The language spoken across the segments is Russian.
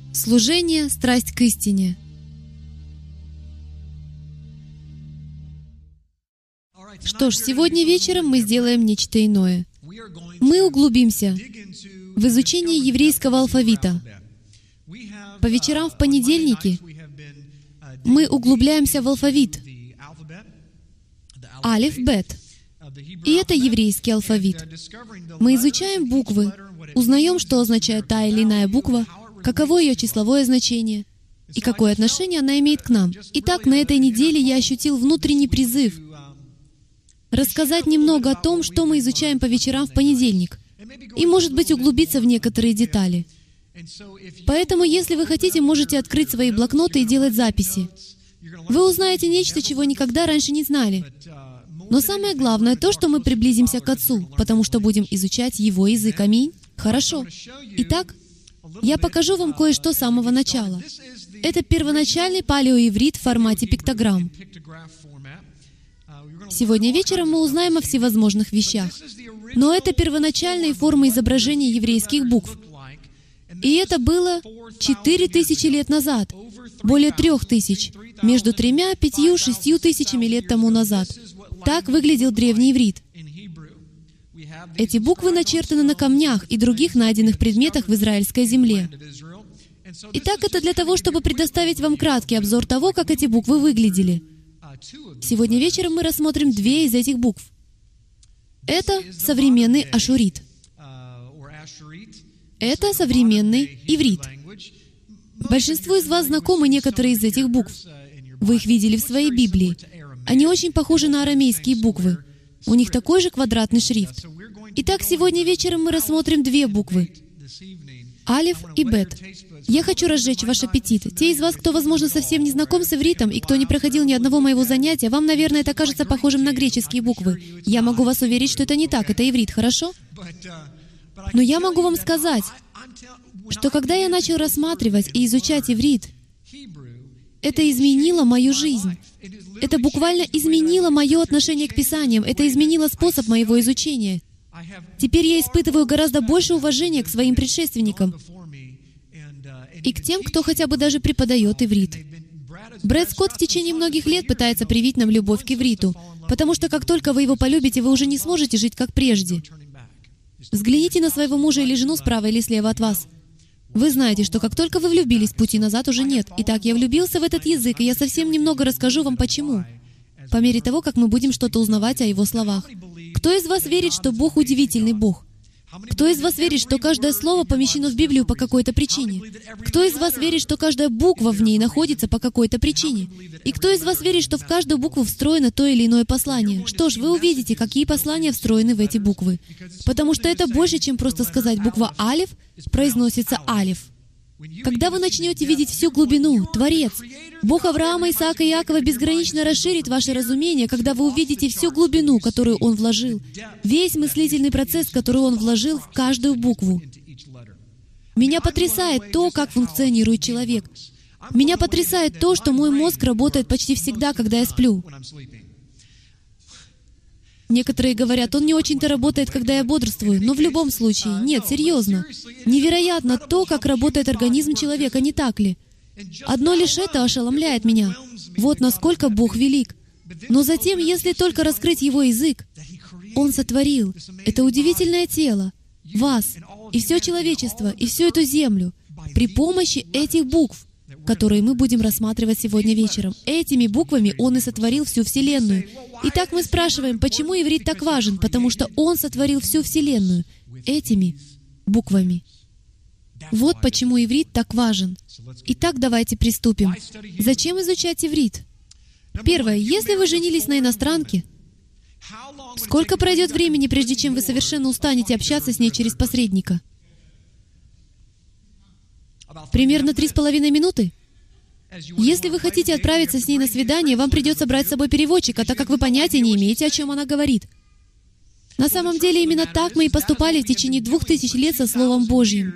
Служение, страсть к истине. Что ж, сегодня вечером мы сделаем нечто иное. Мы углубимся в изучение еврейского алфавита. По вечерам в понедельники мы углубляемся в алфавит. Алиф, бет. И это еврейский алфавит. Мы изучаем буквы, узнаем, что означает та или иная буква, каково ее числовое значение и какое отношение она имеет к нам. Итак, на этой неделе я ощутил внутренний призыв рассказать немного о том, что мы изучаем по вечерам в понедельник, и, может быть, углубиться в некоторые детали. Поэтому, если вы хотите, можете открыть свои блокноты и делать записи. Вы узнаете нечто, чего никогда раньше не знали. Но самое главное то, что мы приблизимся к Отцу, потому что будем изучать Его язык. Аминь. Хорошо. Итак, я покажу вам кое-что с самого начала. Это первоначальный палеоиврит в формате пиктограмм. Сегодня вечером мы узнаем о всевозможных вещах. Но это первоначальные формы изображения еврейских букв. И это было 4000 лет назад, более 3000, между 3, 5, 6 тысячами лет тому назад. Так выглядел древний иврит. Эти буквы начертаны на камнях и других найденных предметах в израильской земле. Итак, это для того, чтобы предоставить вам краткий обзор того, как эти буквы выглядели. Сегодня вечером мы рассмотрим 2 из этих букв. Это современный ашурит. Это современный иврит. Большинству из вас знакомы некоторые из этих букв. Вы их видели в своей Библии. Они очень похожи на арамейские буквы. У них такой же квадратный шрифт. Итак, сегодня вечером мы рассмотрим 2 буквы. Алиф и бет. Я хочу разжечь ваш аппетит. Те из вас, кто, возможно, совсем не знаком с ивритом и кто не проходил ни одного моего занятия, вам, наверное, это кажется похожим на греческие буквы. Я могу вас уверить, что это не так. Это иврит, хорошо? Но я могу вам сказать, что когда я начал рассматривать и изучать иврит, это изменило мою жизнь. Это буквально изменило мое отношение к Писаниям. Это изменило способ моего изучения. Теперь я испытываю гораздо больше уважения к своим предшественникам и к тем, кто хотя бы даже преподает иврит. Брэд Скотт в течение многих лет пытается привить нам любовь к ивриту, потому что как только вы его полюбите, вы уже не сможете жить как прежде. Взгляните на своего мужа или жену справа или слева от вас. Вы знаете, что как только вы влюбились, пути назад уже нет. Итак, я влюбился в этот язык, и я совсем немного расскажу вам почему, по мере того, как мы будем что-то узнавать о Его словах. Кто из вас верит, что Бог удивительный Бог? Кто из вас верит, что каждое слово помещено в Библию по какой-то причине? Кто из вас верит, что каждая буква в ней находится по какой-то причине? И кто из вас верит, что в каждую букву встроено то или иное послание? Что ж, вы увидите, какие послания встроены в эти буквы. Потому что это больше, чем просто сказать буква «алиф» произносится «алиф». Когда вы начнете видеть всю глубину, Творец, Бог Авраама, Исаака и Иакова безгранично расширит ваше разумение, когда вы увидите всю глубину, которую Он вложил, весь мыслительный процесс, который Он вложил в каждую букву. Меня потрясает то, как функционирует человек. Меня потрясает то, что мой мозг работает почти всегда, когда я сплю. Некоторые говорят, он не очень-то работает, когда я бодрствую, но в любом случае, нет, серьезно. Невероятно то, как работает организм человека, не так ли? Одно лишь это ошеломляет меня. Вот насколько Бог велик. Но затем, если только раскрыть Его язык, Он сотворил это удивительное тело, вас, и все человечество, и всю эту землю, при помощи этих букв, которые мы будем рассматривать сегодня вечером. Этими буквами Он и сотворил всю Вселенную. Итак, мы спрашиваем, почему иврит так важен? Потому что Он сотворил всю Вселенную этими буквами. Вот почему иврит так важен. Итак, давайте приступим. Зачем изучать иврит? Первое. Если вы женились на иностранке, сколько пройдет времени, прежде чем вы совершенно устанете общаться с ней через посредника? Примерно 3,5 минуты? Если вы хотите отправиться с ней на свидание, вам придется брать с собой переводчика, так как вы понятия не имеете, о чем она говорит. На самом деле, именно так мы и поступали в течение 2000 лет со Словом Божьим.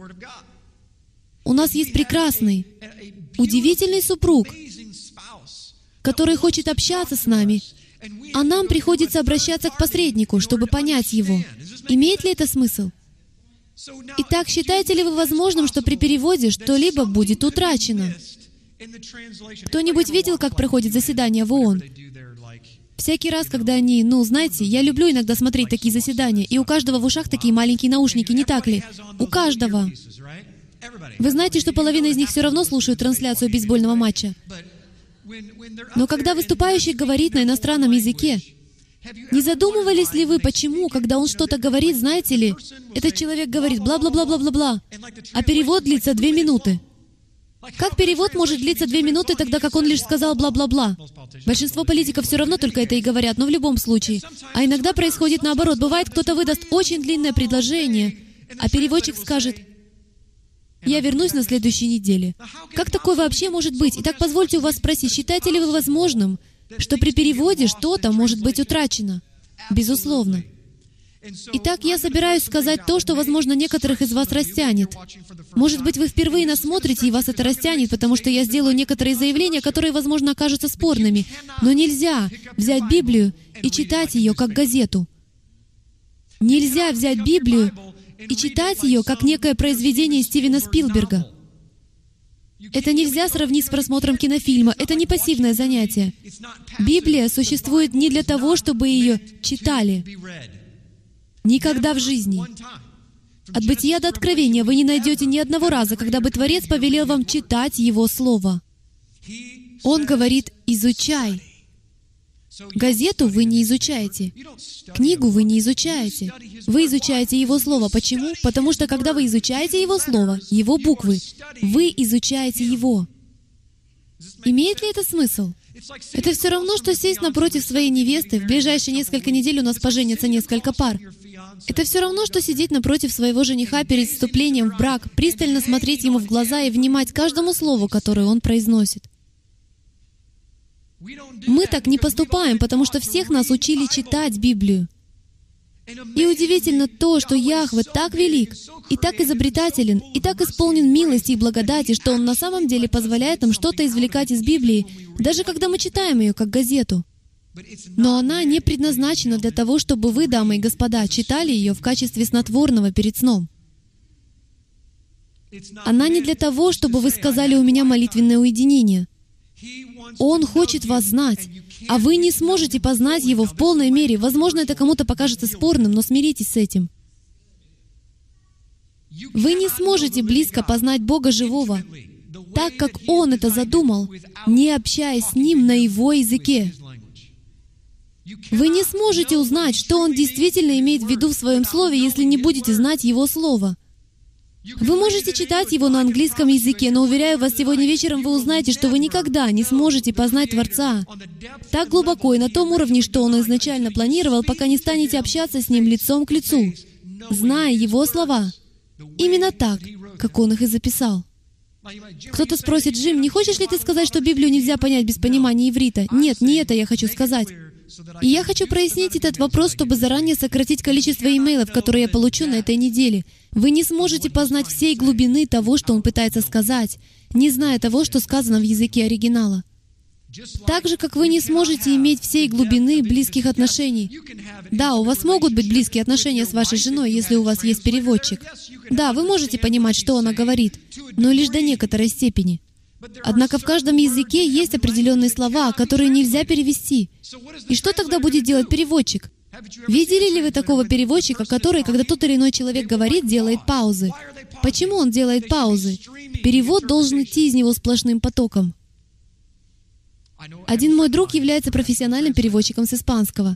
У нас есть прекрасный, удивительный супруг, который хочет общаться с нами, а нам приходится обращаться к посреднику, чтобы понять его. Имеет ли это смысл? Итак, считаете ли вы возможным, что при переводе что-либо будет утрачено? Кто-нибудь видел, как проходит заседание в ООН? Всякий раз, когда они, знаете, я люблю иногда смотреть такие заседания, и у каждого в ушах такие маленькие наушники, не так ли? У каждого. Вы знаете, что половина из них все равно слушают трансляцию бейсбольного матча. Но когда выступающий говорит на иностранном языке, не задумывались ли вы, почему, когда он что-то говорит, знаете ли, этот человек говорит бла-бла-бла-бла-бла-бла, а перевод длится 2 минуты? Как перевод может длиться 2 минуты, тогда как он лишь сказал бла-бла-бла? Большинство политиков все равно только это и говорят, но в любом случае. А иногда происходит наоборот. Бывает, кто-то выдаст очень длинное предложение, а переводчик скажет: «Я вернусь на следующей неделе». Как такое вообще может быть? Итак, позвольте у вас спросить, считаете ли вы возможным, что при переводе что-то может быть утрачено? Безусловно. Итак, я собираюсь сказать то, что, возможно, некоторых из вас растянет. Может быть, вы впервые нас смотрите, и вас это растянет, потому что я сделаю некоторые заявления, которые, возможно, окажутся спорными. Но нельзя взять Библию и читать ее как газету. Нельзя взять Библию и читать ее как некое произведение Стивена Спилберга. Это нельзя сравнить с просмотром кинофильма. Это не пассивное занятие. Библия существует не для того, чтобы ее читали. Никогда в жизни. От Бытия до Откровения вы не найдете ни одного раза, когда бы Творец повелел вам читать Его Слово. Он говорит: «Изучай». Газету вы не изучаете. Книгу вы не изучаете. Вы изучаете Его Слово. Почему? Потому что, когда вы изучаете Его Слово, Его буквы, вы изучаете Его. Имеет ли это смысл? Это все равно, что сесть напротив своей невесты. В ближайшие несколько недель у нас поженятся несколько пар. Это все равно, что сидеть напротив своего жениха перед вступлением в брак, пристально смотреть ему в глаза и внимать каждому слову, которое он произносит. Мы так не поступаем, потому что всех нас учили читать Библию. И удивительно то, что Яхве так велик, и так изобретателен, и так исполнен милости и благодати, что Он на самом деле позволяет нам что-то извлекать из Библии, даже когда мы читаем ее как газету. Но она не предназначена для того, чтобы вы, дамы и господа, читали ее в качестве снотворного перед сном. Она не для того, чтобы вы сказали: «У меня молитвенное уединение». Он хочет вас знать, а вы не сможете познать Его в полной мере. Возможно, это кому-то покажется спорным, но смиритесь с этим. Вы не сможете близко познать Бога живого, так как Он это задумал, не общаясь с Ним на Его языке. Вы не сможете узнать, что Он действительно имеет в виду в Своем Слове, если не будете знать Его Слово. Вы можете читать его на английском языке, но, уверяю вас, сегодня вечером вы узнаете, что вы никогда не сможете познать Творца так глубоко и на том уровне, что Он изначально планировал, пока не станете общаться с Ним лицом к лицу, зная Его слова, именно так, как Он их и записал. Кто-то спросит: «Джим, не хочешь ли ты сказать, что Библию нельзя понять без понимания иврита?» Нет, не это я хочу сказать. И я хочу прояснить этот вопрос, чтобы заранее сократить количество имейлов, которые я получу на этой неделе. Вы не сможете познать всей глубины того, что он пытается сказать, не зная того, что сказано в языке оригинала. Так же, как вы не сможете иметь всей глубины близких отношений. Да, у вас могут быть близкие отношения с вашей женой, если у вас есть переводчик. Да, вы можете понимать, что она говорит, но лишь до некоторой степени. Однако в каждом языке есть определенные слова, которые нельзя перевести. И что тогда будет делать переводчик? Видели ли вы такого переводчика, который, когда тот или иной человек говорит, делает паузы? Почему он делает паузы? Перевод должен идти из него сплошным потоком. Один мой друг является профессиональным переводчиком с испанского.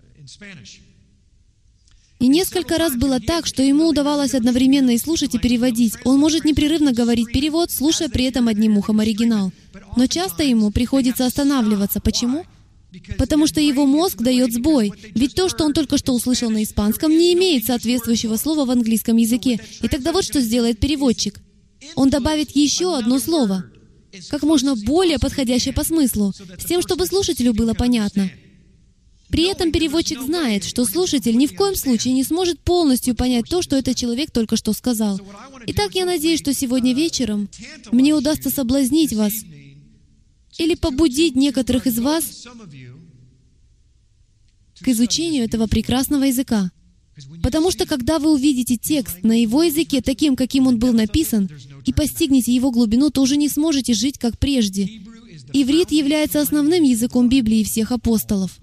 И несколько раз было так, что ему удавалось одновременно и слушать, и переводить. Он может непрерывно говорить перевод, слушая при этом одним ухом оригинал. Но часто ему приходится останавливаться. Почему? Потому что его мозг дает сбой. Ведь то, что он только что услышал на испанском, не имеет соответствующего слова в английском языке. И тогда вот что сделает переводчик. Он добавит еще одно слово, как можно более подходящее по смыслу, с тем, чтобы слушателю было понятно. При этом переводчик знает, что слушатель ни в коем случае не сможет полностью понять то, что этот человек только что сказал. Итак, я надеюсь, что сегодня вечером мне удастся соблазнить вас или побудить некоторых из вас к изучению этого прекрасного языка. Потому что когда вы увидите текст на его языке таким, каким он был написан, и постигнете его глубину, то уже не сможете жить, как прежде. Иврит является основным языком Библии и всех апостолов.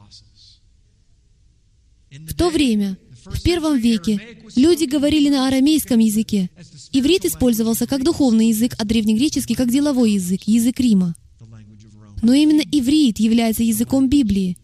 В то время, в первом веке, люди говорили на арамейском языке. Иврит использовался как духовный язык, а древнегреческий как деловой язык, язык Рима. Но именно иврит является языком Библии.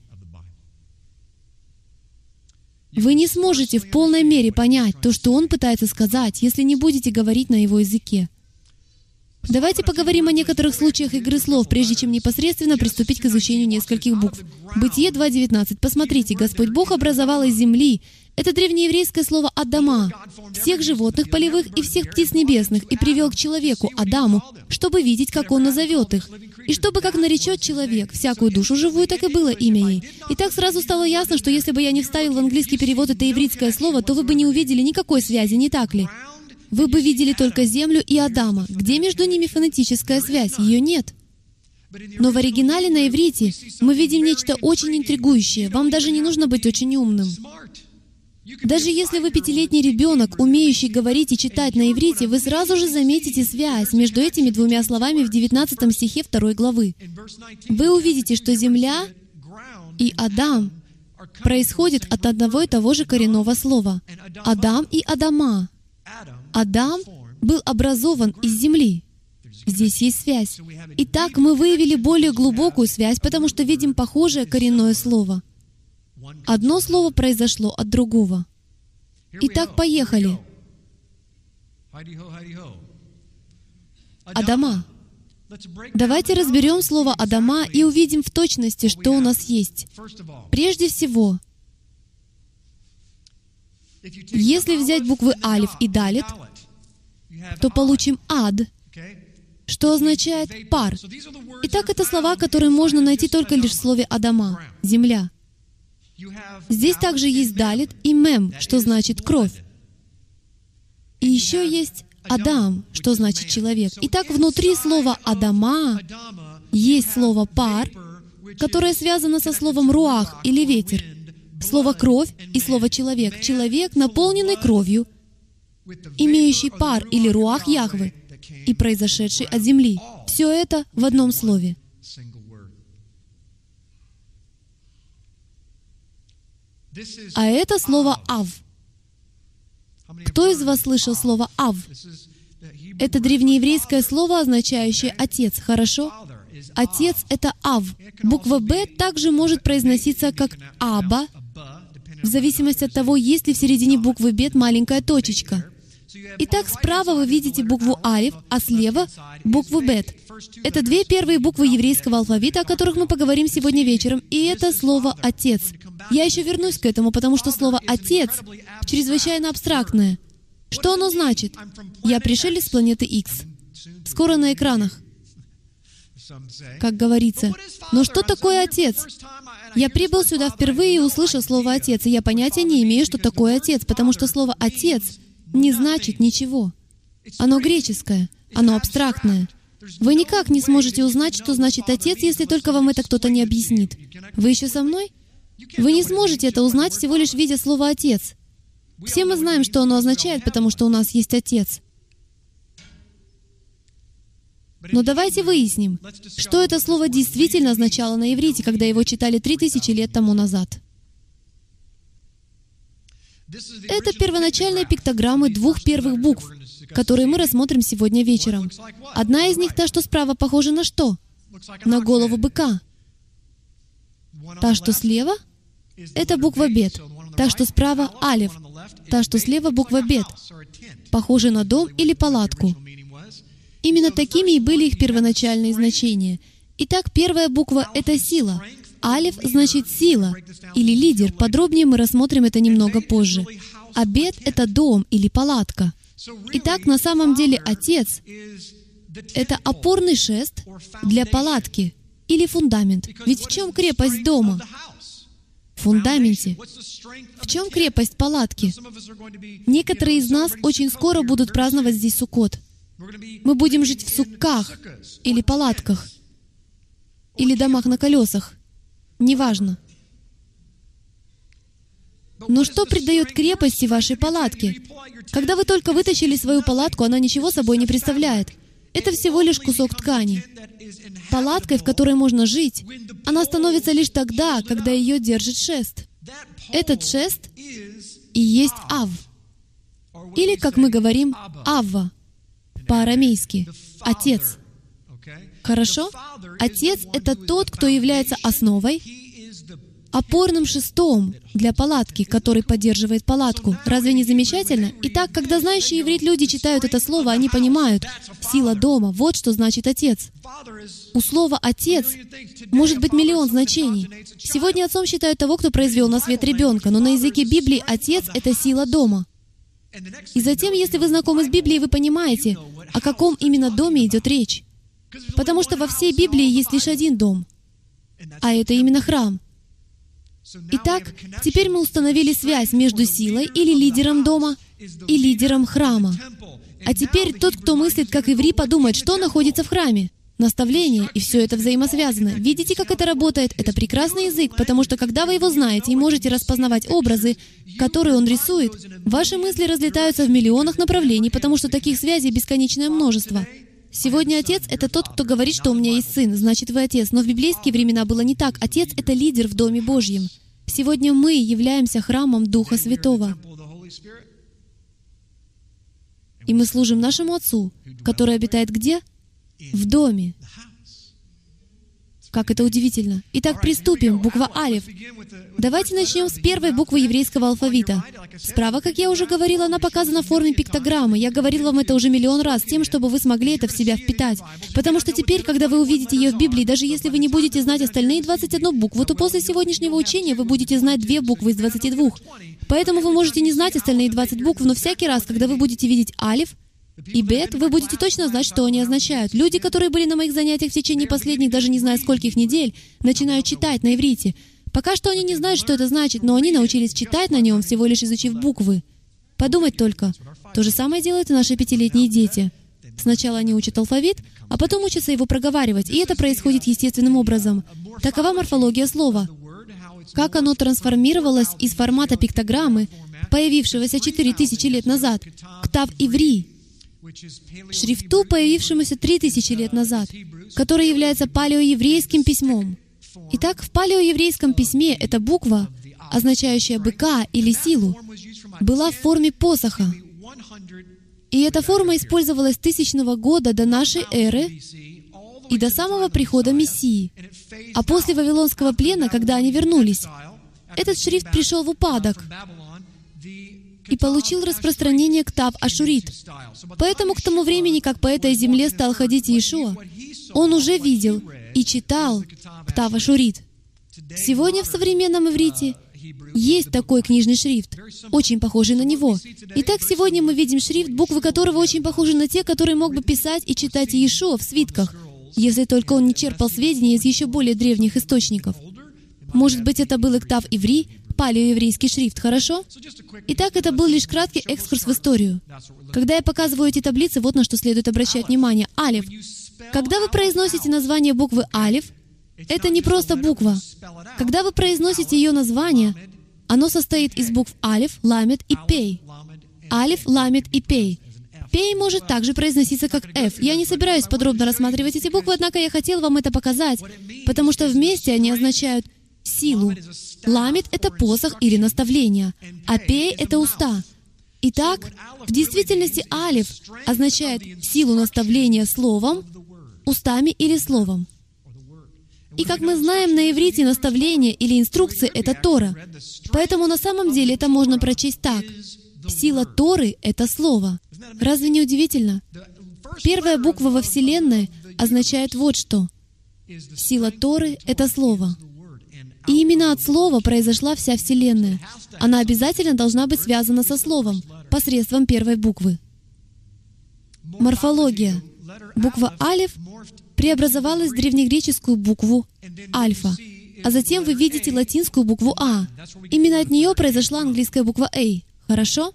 Вы не сможете в полной мере понять то, что он пытается сказать, если не будете говорить на его языке. Давайте поговорим о некоторых случаях игры слов, прежде чем непосредственно приступить к изучению нескольких букв. Бытие 2.19. Посмотрите, Господь Бог образовал из земли. Это древнееврейское слово «Адама», всех животных полевых и всех птиц небесных, и привел к человеку, Адаму, чтобы видеть, как он назовет их. И чтобы, как наречет человек, всякую душу живую, так и было имя ей. И так сразу стало ясно, что если бы я не вставил в английский перевод это ивритское слово, то вы бы не увидели никакой связи, не так ли? Вы бы видели только землю и Адама. Где между ними фонетическая связь? Ее нет. Но в оригинале на иврите мы видим нечто очень интригующее. Вам даже не нужно быть очень умным. Даже если вы 5-летний ребенок, умеющий говорить и читать на иврите, вы сразу же заметите связь между этими двумя словами в 19 стихе 2 главы. Вы увидите, что земля и Адам происходят от одного и того же коренного слова. Адам и Адама. Адам был образован из земли. Здесь есть связь. Итак, мы выявили более глубокую связь, потому что видим похожее коренное слово. Одно слово произошло от другого. Итак, поехали. Адама. Давайте разберем слово «Адама» и увидим в точности, что у нас есть. Прежде всего, если взять буквы «Алиф» и «Далит», то получим «Ад», что означает «пар». Итак, это слова, которые можно найти только лишь в слове «Адама» — «земля». Здесь также есть «Далит» и «Мем», что значит «кровь». И еще есть «Адам», что значит «человек». Итак, внутри слова «Адама» есть слово «пар», которое связано со словом «руах» или «ветер», слово «кровь» и слово «человек». Человек, наполненный кровью, имеющий пар или руах Яхвы и произошедший от земли. Все это в одном слове. А это слово «ав». Кто из вас слышал слово «ав»? Это древнееврейское слово, означающее «отец». Хорошо? Отец — это «ав». Буква «б» также может произноситься как «аба», в зависимости от того, есть ли в середине буквы «бет» маленькая точечка. Итак, справа вы видите букву «алиф», а слева — букву «бет». Это две первые буквы еврейского алфавита, о которых мы поговорим сегодня вечером, и это слово «отец». Я еще вернусь к этому, потому что слово «отец» чрезвычайно абстрактное. Что оно значит? Я пришелец с планеты X. Скоро на экранах, как говорится. Но что такое отец? Я прибыл сюда впервые и услышал слово «отец», и я понятия не имею, что такое отец, потому что слово «отец» не значит ничего. Оно греческое, оно абстрактное. Вы никак не сможете узнать, что значит «отец», если только вам это кто-то не объяснит. Вы еще со мной? Вы не сможете это узнать, всего лишь видя слово «отец». Все мы знаем, что оно означает, потому что у нас есть отец. Но давайте выясним, что это слово действительно означало на иврите, когда его читали 3000 лет тому назад. Это первоначальные пиктограммы двух первых букв, которые мы рассмотрим сегодня вечером. Одна из них, та, что справа, похожа на что? На голову быка. Та, что слева, это буква «бет». Та, что справа — «алев». Та, что слева — буква «бет». Похожа на дом или палатку. Именно такими и были их первоначальные значения. Итак, первая буква — это сила. Алиф значит «сила» или «лидер». Подробнее мы рассмотрим это немного позже. А «бет» — это дом или палатка. Итак, на самом деле «отец» — это опорный шест для палатки или фундамент. Ведь в чем крепость дома? В фундаменте. В чем крепость палатки? Некоторые из нас очень скоро будут праздновать здесь Суккот. Мы будем жить в сукках, или палатках, или домах на колесах. Неважно. Но что придает крепости вашей палатке? Когда вы только вытащили свою палатку, она ничего собой не представляет. Это всего лишь кусок ткани. Палаткой, в которой можно жить, она становится лишь тогда, когда ее держит шест. Этот шест и есть Ав. Или, как мы говорим, Авва, по-арамейски, Отец. Хорошо? Отец — это тот, кто является основой, опорным шестом для палатки, который поддерживает палатку. Разве не замечательно? Итак, когда знающие иврит люди читают это слово, они понимают, сила дома, вот что значит Отец. У слова «отец» может быть миллион значений. Сегодня отцом считают того, кто произвел на свет ребенка, но на языке Библии «отец» — это сила дома. И затем, если вы знакомы с Библией, вы понимаете, о каком именно доме идет речь. Потому что во всей Библии есть лишь один дом, а это именно храм. Итак, теперь мы установили связь между силой или лидером дома и лидером храма. А теперь тот, кто мыслит как еврей, подумает, что находится в храме. Наставление, и все это взаимосвязано. Видите, как это работает? Это прекрасный язык, потому что когда вы его знаете и можете распознавать образы, которые он рисует, ваши мысли разлетаются в миллионах направлений, потому что таких связей бесконечное множество. Сегодня Отец — это тот, кто говорит, что у меня есть Сын, значит, вы Отец. Но в библейские времена было не так. Отец — это лидер в Доме Божьем. Сегодня мы являемся храмом Духа Святого. И мы служим нашему Отцу, который обитает где? В доме. Как это удивительно. Итак, приступим. Буква Алеф. Давайте начнем с первой буквы еврейского алфавита. Справа, как я уже говорила, она показана в форме пиктограммы. Я говорил вам это уже миллион раз, тем, чтобы вы смогли это в себя впитать. Потому что теперь, когда вы увидите ее в Библии, даже если вы не будете знать остальные 21 букву, то после сегодняшнего учения вы будете знать 2 буквы из 22. Поэтому вы можете не знать остальные 20 букв, но всякий раз, когда вы будете видеть Алеф и Бет, вы будете точно знать, что они означают. Люди, которые были на моих занятиях в течение последних, даже не знаю скольких недель, начинают читать на иврите. Пока что они не знают, что это значит, но они научились читать на нем, всего лишь изучив буквы. Подумать только. То же самое делают и наши 5-летние дети. Сначала они учат алфавит, а потом учатся его проговаривать, и это происходит естественным образом. Такова морфология слова. Как оно трансформировалось из формата пиктограммы, появившегося 4000 лет назад, к Тав-Иври, шрифту, появившемуся 3000 лет назад, который является палеоеврейским письмом. Итак, в палеоеврейском письме эта буква, означающая быка или силу, была в форме посоха. И эта форма использовалась 1000 года до нашей эры и до самого прихода Мессии. А после Вавилонского плена, когда они вернулись, этот шрифт пришел в упадок и получил распространение Ктав-Ашурит. Поэтому к тому времени, как по этой земле стал ходить Иешуа, он уже видел и читал Ктав-Ашурит. Сегодня в современном иврите есть такой книжный шрифт, очень похожий на него. Итак, сегодня мы видим шрифт, буквы которого очень похожи на те, которые мог бы писать и читать Иешуа в свитках, если только он не черпал сведения из еще более древних источников. Может быть, это был Ктав-Иври, палеоеврейский шрифт, хорошо? Итак, это был лишь краткий экскурс в историю. Когда я показываю эти таблицы, вот на что следует обращать внимание. Алеф. Когда вы произносите название буквы Алеф, это не просто буква. Когда вы произносите ее название, оно состоит из букв Алеф, Ламет и Пей. Алеф, Ламет и Пей. Пей может также произноситься как F. Я не собираюсь подробно рассматривать эти буквы, однако я хотел вам это показать, потому что вместе они означают силу. Ламет — это посох или наставление, а Пей — это уста. Итак, в действительности Алеф означает силу наставления словом, устами или словом. И как мы знаем, на иврите наставление или инструкции — это Тора. Поэтому на самом деле это можно прочесть так. Сила Торы — это слово. Разве не удивительно? Первая буква во Вселенной означает вот что. Сила Торы — это слово. И именно от слова произошла вся Вселенная. Она обязательно должна быть связана со словом, посредством первой буквы. Морфология. Буква Алеф преобразовалась в древнегреческую букву Альфа, а затем вы видите латинскую букву А. Именно от нее произошла английская буква А. Хорошо?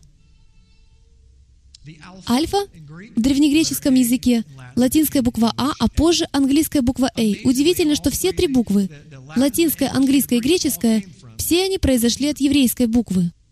Альфа в древнегреческом языке, латинская буква а позже английская буква А. Удивительно, что все 3 буквы, латинская, английская и греческая, все они произошли от еврейской буквы.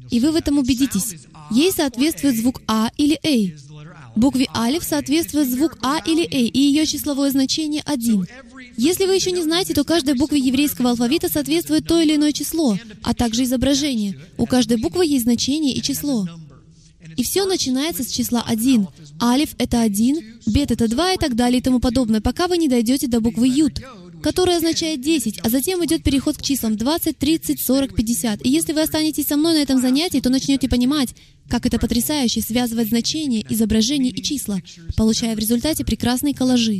И вы в этом убедитесь. Ей соответствует звук «а» или «эй». Букве «алиф» соответствует звук «а» или «эй», и ее числовое значение 1. Если вы еще не знаете, то каждой букве еврейского алфавита соответствует то или иное число, а также изображение. У каждой буквы есть значение и число. И все начинается с числа 1. Алиф — это 1, бет — это 2 и так далее и тому подобное, пока вы не дойдете до буквы Ют, которая означает 10, а затем идет переход к числам 20, 30, 40, 50. И если вы останетесь со мной на этом занятии, то начнете понимать, как это потрясающе связывать значения, изображения и числа, получая в результате прекрасные коллажи.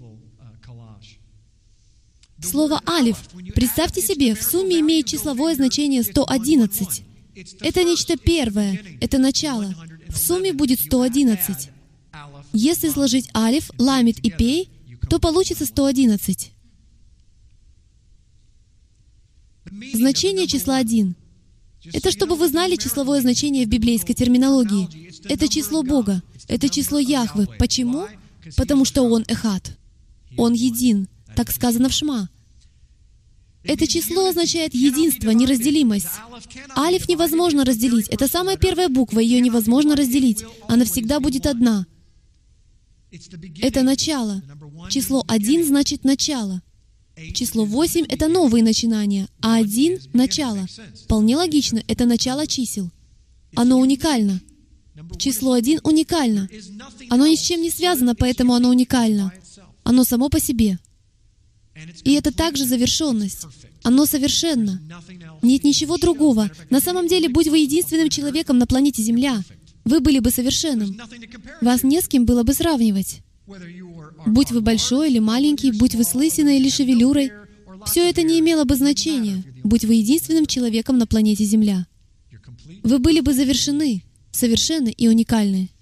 Слово «алиф», представьте себе, в сумме имеет числовое значение 111. Это нечто первое, это начало. В сумме будет 111. Если сложить алиф, ламит и пей, то получится 111. Значение числа 1. Это чтобы вы знали числовое значение в библейской терминологии. Это число Бога. Это число Яхвы. Почему? Потому что Он Эхад. Он един. Так сказано в Шма. Это число означает единство, неразделимость. Алиф невозможно разделить. Это самая первая буква, ее невозможно разделить. Она всегда будет одна. Это начало. Число 1 значит начало. Число 8 — это новые начинания, а 1 — начало. Вполне логично, это начало чисел. Оно уникально. Число 1 уникально. Оно ни с чем не связано, поэтому оно уникально. Оно само по себе. И это также завершенность. Оно совершенно. Нет ничего другого. На самом деле, будь вы единственным человеком на планете Земля, вы были бы совершенным. Вас не с кем было бы сравнивать. Будь вы большой или маленький, будь вы с лысиной или шевелюрой, все это не имело бы значения, будь вы единственным человеком на планете Земля. Вы были бы завершены, совершенны и уникальны.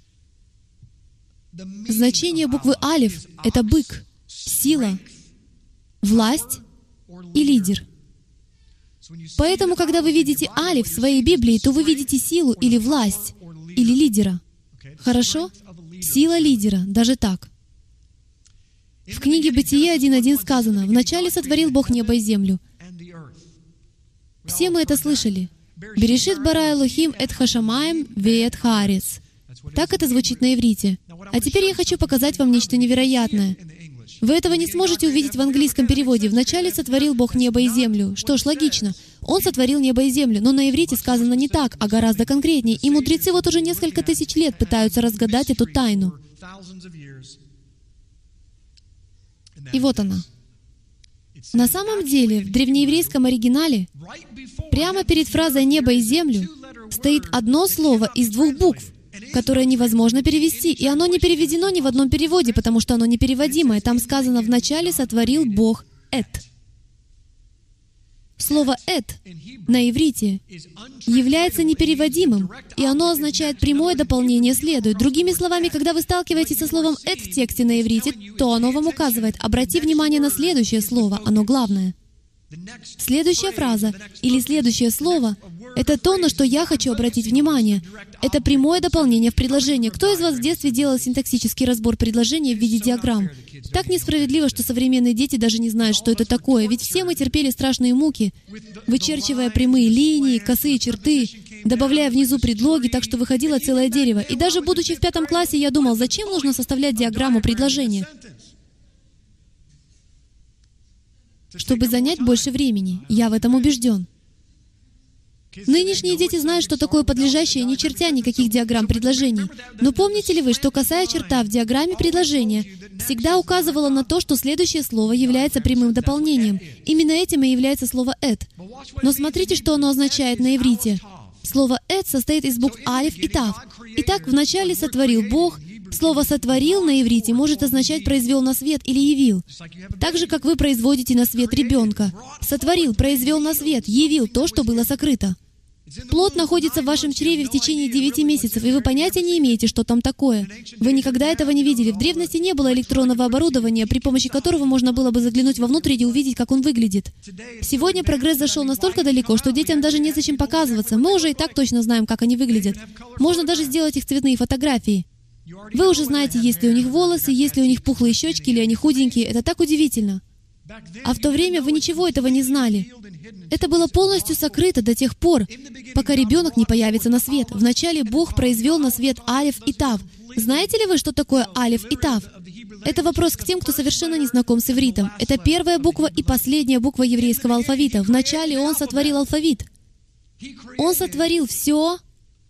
Значение буквы «алиф» — это бык, сила, власть и лидер. Поэтому, когда вы видите «алиф» в своей Библии, то вы видите силу или власть, или лидера. Хорошо? Сила лидера, даже так. В книге Бытие 1.1 сказано: «Вначале сотворил Бог небо и землю». Все мы это слышали. «Берешит бара Элохим эт хашамаем веет хаарец». Так это звучит на иврите. А теперь я хочу показать вам нечто невероятное. Вы этого не сможете увидеть в английском переводе. «Вначале сотворил Бог небо и землю». Что ж, логично. Он сотворил небо и землю, но на иврите сказано не так, а гораздо конкретнее. И мудрецы вот уже несколько тысяч лет пытаются разгадать эту тайну. И вот она. На самом деле, в древнееврейском оригинале, прямо перед фразой «небо и землю» стоит одно слово из 2 букв, которое невозможно перевести, и оно не переведено ни в одном переводе, потому что оно непереводимое. Там сказано: «Вначале сотворил Бог Эт». Слово «эт» на иврите является непереводимым, и оно означает «прямое дополнение следует». Другими словами, когда вы сталкиваетесь со словом «эт» в тексте на иврите, то оно вам указывает: обрати внимание на следующее слово, оно главное. Следующая фраза или следующее слово — это то, на что я хочу обратить внимание. Это прямое дополнение в предложение. Кто из вас в детстве делал синтаксический разбор предложения в виде диаграмм? Так несправедливо, что современные дети даже не знают, что это такое, ведь все мы терпели страшные муки, вычерчивая прямые линии, косые черты, добавляя внизу предлоги, так что выходило целое дерево. И даже будучи в 5 классе, я думал, зачем нужно составлять диаграмму предложения? Чтобы занять больше времени. Я в этом убежден. Нынешние дети знают, что такое подлежащее, не чертя никаких диаграмм предложений. Но помните ли вы, что косая черта в диаграмме предложения всегда указывала на то, что следующее слово является прямым дополнением? Именно этим и является слово «эт». Но смотрите, что оно означает на иврите. Слово «эт» состоит из букв «алиф» и «тав». Итак, вначале сотворил Бог. Слово «сотворил» на иврите может означать «произвел на свет» или «явил». Так же, как вы производите на свет ребенка. Сотворил, произвел на свет, явил то, что было сокрыто. Плод находится в вашем чреве в течение 9 месяцев, и вы понятия не имеете, что там такое. Вы никогда этого не видели. В древности не было электронного оборудования, при помощи которого можно было бы заглянуть вовнутрь и увидеть, как он выглядит. Сегодня прогресс зашел настолько далеко, что детям даже незачем показываться. Мы уже и так точно знаем, как они выглядят. Можно даже сделать их цветные фотографии. Вы уже знаете, есть ли у них волосы, есть ли у них пухлые щечки, или они худенькие. Это так удивительно. А в то время вы ничего этого не знали. Это было полностью сокрыто до тех пор, пока ребенок не появится на свет. Вначале Бог произвел на свет Алеф и Тав. Знаете ли вы, что такое Алеф и Тав? Это вопрос к тем, кто совершенно не знаком с ивритом. Это первая буква и последняя буква еврейского алфавита. Вначале Он сотворил алфавит. Он сотворил все,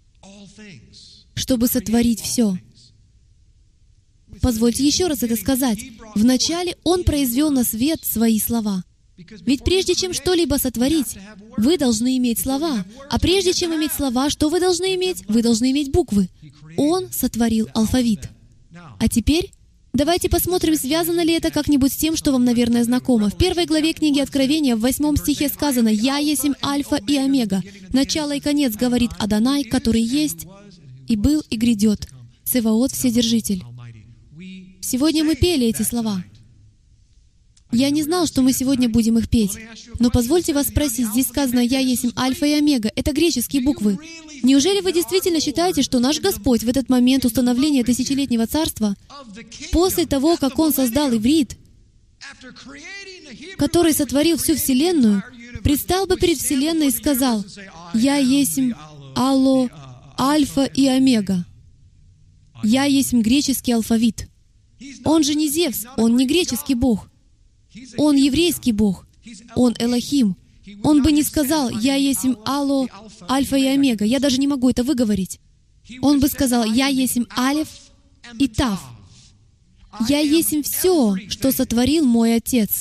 чтобы сотворить все. Позвольте еще раз это сказать. Вначале Он произвел на свет Свои слова. Ведь прежде чем что-либо сотворить, вы должны иметь слова. А прежде чем иметь слова, что вы должны иметь? Вы должны иметь буквы. Он сотворил алфавит. А теперь давайте посмотрим, связано ли это как-нибудь с тем, что вам, наверное, знакомо. В 1 главе книги Откровения, в 8 стихе сказано: «Я есмь Альфа и Омега, начало и конец, говорит Адонай, который есть, и был, и грядет, Цеваот Вседержитель». Сегодня мы пели эти слова. Я не знал, что мы сегодня будем их петь. Но позвольте вас спросить, здесь сказано «Я есмь Альфа и Омега». Это греческие буквы. Неужели вы действительно считаете, что наш Господь в этот момент установления тысячелетнего царства, после того, как Он создал иврит, который сотворил всю Вселенную, предстал бы перед Вселенной и сказал: «Я есмь Альфа и Омега». «Я есмь греческий алфавит». Он же не Зевс, Он не греческий Бог. Он еврейский Бог. Он Элохим. Он бы не сказал: «Я есмь Альфа и Омега». Я даже не могу это выговорить. Он бы сказал: «Я есмь Алеф и Тав». Я есмь все, что сотворил мой Отец.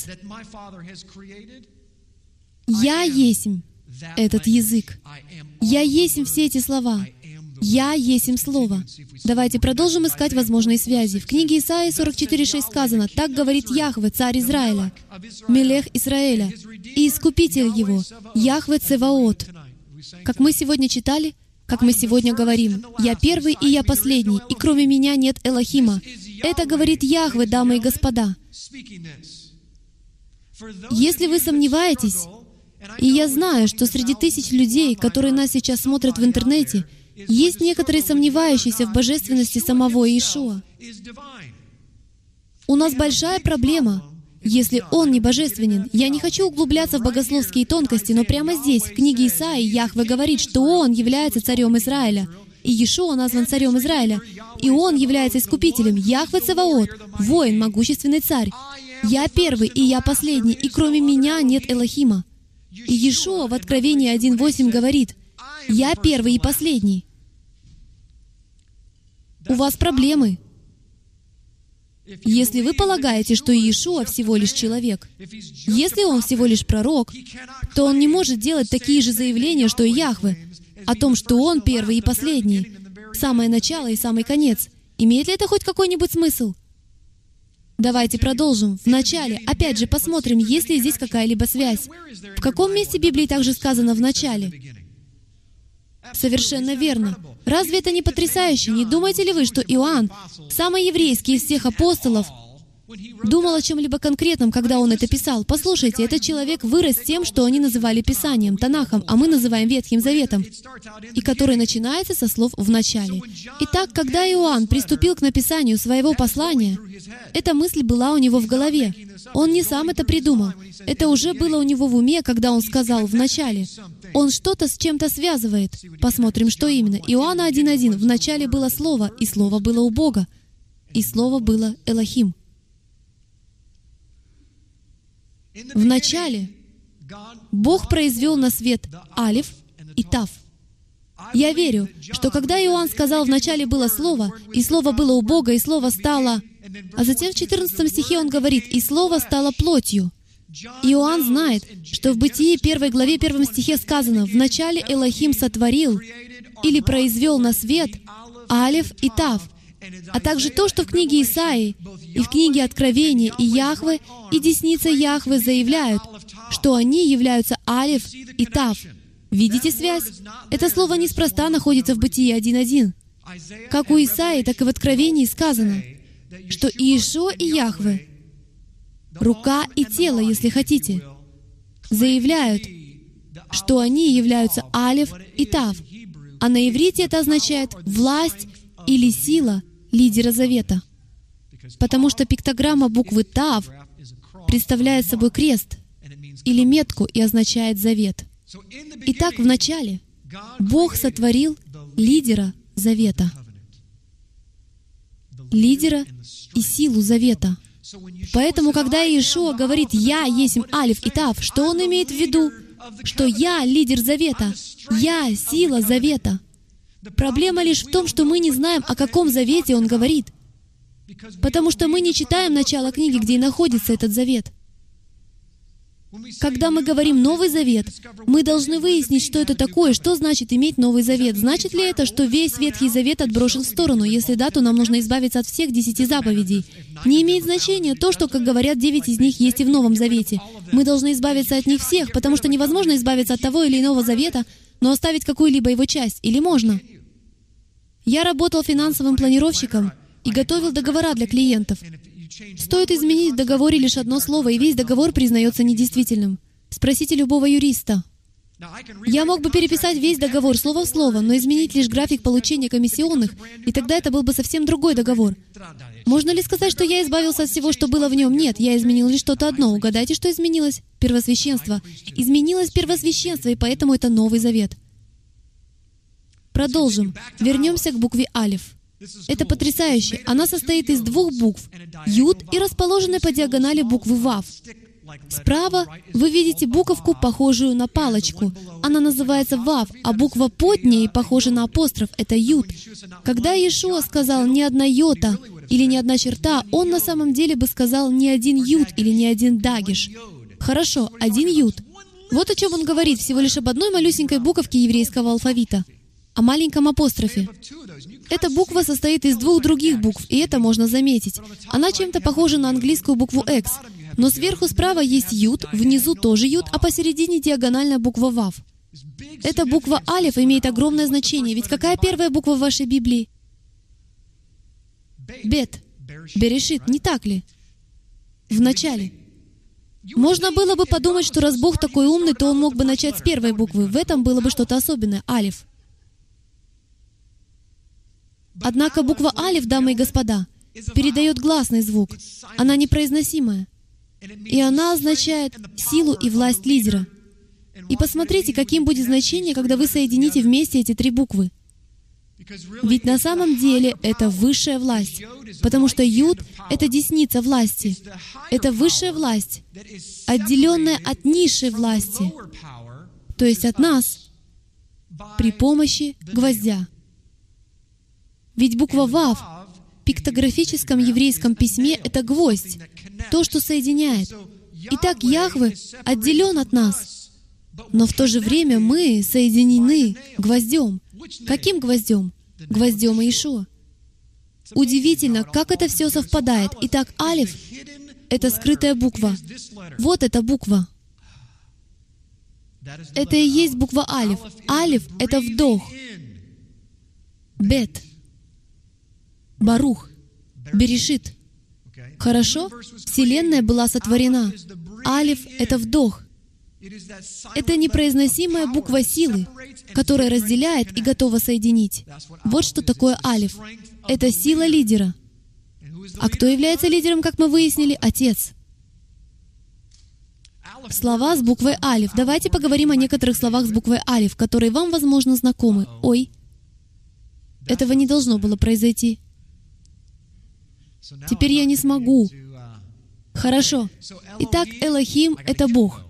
Я есмь этот язык. Я есмь все эти слова. «Я есмь Слово». Давайте продолжим искать возможные связи. В книге Исаии 44:6 сказано: «Так говорит Яхве, царь Израиля, Мелех Израиля, и Искупитель его, Яхве Цеваот». Как мы сегодня читали, как мы сегодня говорим: «Я первый и я последний, и кроме меня нет Элохима». Это говорит Яхве, дамы и господа. Если вы сомневаетесь, и я знаю, что среди тысяч людей, которые нас сейчас смотрят в интернете, есть некоторые сомневающиеся в божественности самого Иешуа. У нас большая проблема, если Он не божественен. Я не хочу углубляться в богословские тонкости, но прямо здесь, в книге Исаии, Яхве говорит, что Он является царем Израиля, и Иешуа назван царем Израиля, и Он является искупителем, Яхве Цеваот, воин, могущественный царь. «Я первый и я последний, и кроме меня нет Элохима». И Иешуа в Откровении 1:8 говорит: «Я первый и последний». У вас проблемы. Если вы полагаете, что Иешуа всего лишь человек, если Он всего лишь пророк, то Он не может делать такие же заявления, что и Яхве, о том, что Он первый и последний, самое начало и самый конец. Имеет ли это хоть какой-нибудь смысл? Давайте продолжим. Вначале, опять же, посмотрим, есть ли здесь какая-либо связь. В каком месте Библии также сказано «в начале»? Совершенно верно. Разве это не потрясающе? Не думаете ли вы, что Иоанн, самый еврейский из всех апостолов, думал о чем-либо конкретном, когда он это писал? Послушайте, этот человек вырос тем, что они называли Писанием, Танахом, а мы называем Ветхим Заветом, и который начинается со слов «в начале». Итак, когда Иоанн приступил к написанию своего послания, эта мысль была у него в голове. Он не сам это придумал. Это уже было у него в уме, когда он сказал «в начале». Он что-то с чем-то связывает. Посмотрим, что именно. Иоанна 1:1. «В начале было Слово, и Слово было у Бога, и Слово было Элохим». В начале Бог произвел на свет Алеф и Тав. Я верю, что когда Иоанн сказал «в начале было Слово, и Слово было у Бога, и Слово стало...», а затем в 14 стихе он говорит «и Слово стало плотью». Иоанн знает, что в Бытии 1 главе 1 стихе сказано «в начале Элохим сотворил или произвел на свет Алеф и Тав», а также то, что в книге Исаии и в книге Откровения и Яхве, и десница Яхве заявляют, что они являются Алеф и Тав. Видите связь? Это слово неспроста находится в Бытии 1:1. Как у Исаии, так и в Откровении сказано, что Иешуа и Яхве, рука и тело, если хотите, заявляют, что они являются Алеф и Тав. А на иврите это означает «власть» или «сила» лидера Завета. Потому что пиктограмма буквы Тав представляет собой крест или метку и означает завет. Итак, вначале Бог сотворил лидера завета, лидера и силу завета. Поэтому, когда Иешуа говорит «Я есмь Алиф и Тав», что Он имеет в виду? Что я лидер завета, я сила завета. Проблема лишь в том, что мы не знаем, о каком завете Он говорит, потому что мы не читаем начало книги, где и находится этот завет. Когда мы говорим «Новый Завет», мы должны выяснить, что это такое, что значит иметь Новый Завет. Значит ли это, что весь Ветхий Завет отброшен в сторону? Если да, то нам нужно избавиться от всех 10 заповедей. Не имеет значения то, что, как говорят, 9 из них есть и в Новом Завете. Мы должны избавиться от них всех, потому что невозможно избавиться от того или иного завета, но оставить какую-либо его часть. Или можно? Я работал финансовым планировщиком и готовил договора для клиентов. Стоит изменить в договоре лишь одно слово, и весь договор признается недействительным. Спросите любого юриста. Я мог бы переписать весь договор слово в слово, но изменить лишь график получения комиссионных, и тогда это был бы совсем другой договор. Можно ли сказать, что я избавился от всего, что было в нем? Нет, я изменил лишь что-то одно. Угадайте, что изменилось? Первосвященство. Изменилось первосвященство, и поэтому это Новый Завет. Продолжим. Вернемся к букве Алиф. Это потрясающе. Она состоит из 2 букв «Юд» и расположенной по диагонали буквы «Вав». Справа вы видите буковку, похожую на палочку. Она называется «Вав», а буква под ней похожа на апостроф. Это «Юд». Когда Иешуа сказал «ни одна йота» или «ни одна черта», он на самом деле бы сказал «ни один юд» или «ни один дагиш». Хорошо, 1 юд. Вот о чем он говорит, всего лишь об одной малюсенькой буковке еврейского алфавита, о маленьком апострофе. Эта буква состоит из 2 других букв, и это можно заметить. Она чем-то похожа на английскую букву X, но сверху справа есть юд, внизу тоже юд, а посередине диагональная буква Вав. Эта буква Алиф имеет огромное значение, ведь какая первая буква в вашей Библии? Бет. Берешит, не так ли? В начале. Можно было бы подумать, что раз Бог такой умный, то Он мог бы начать с первой буквы. В этом было бы что-то особенное. Алиф. Однако буква Алиф, дамы и господа, передает гласный звук. Она непроизносимая. И она означает силу и власть лидера. И посмотрите, каким будет значение, когда вы соедините вместе эти 3 буквы. Ведь на самом деле это высшая власть, потому что Юд — это десница власти. Это высшая власть, отделенная от низшей власти, то есть от нас, при помощи гвоздя. Ведь буква «Вав» в пиктографическом еврейском письме — это гвоздь, то, что соединяет. Итак, Яхве отделен от нас, но в то же время мы соединены гвоздем. Каким гвоздем? Гвоздем Иешуа. Удивительно, как это все совпадает. Итак, Алиф — это скрытая буква. Вот эта буква. Это и есть буква Алиф. Алиф — это вдох. Бет. Барух. Берешит. Хорошо? Вселенная была сотворена. Алиф — это вдох. Это непроизносимая буква силы, которая разделяет и готова соединить. Вот что такое Алиф. Это сила лидера. А кто является лидером, как мы выяснили? Отец. Слова с буквой Алиф. Давайте поговорим о некоторых словах с буквой Алиф, которые вам, возможно, знакомы. Ой, этого не должно было произойти. Теперь я не смогу. Хорошо. Итак, Элохим — это Бог.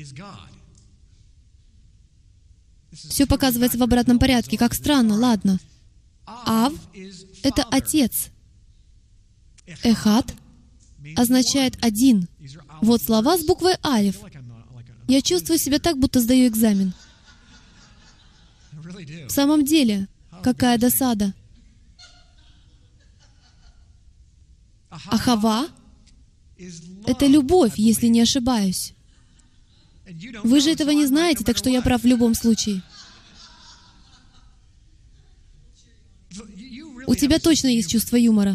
Все показывается в обратном порядке. Как странно, ладно. Ав — это Отец. Эхад означает «один». Вот слова с буквой Алиф. Я чувствую себя так, будто сдаю экзамен. В самом деле, какая досада. Ахава — это любовь, если не ошибаюсь. Вы же этого не знаете, так что я прав в любом случае. У тебя точно есть чувство юмора.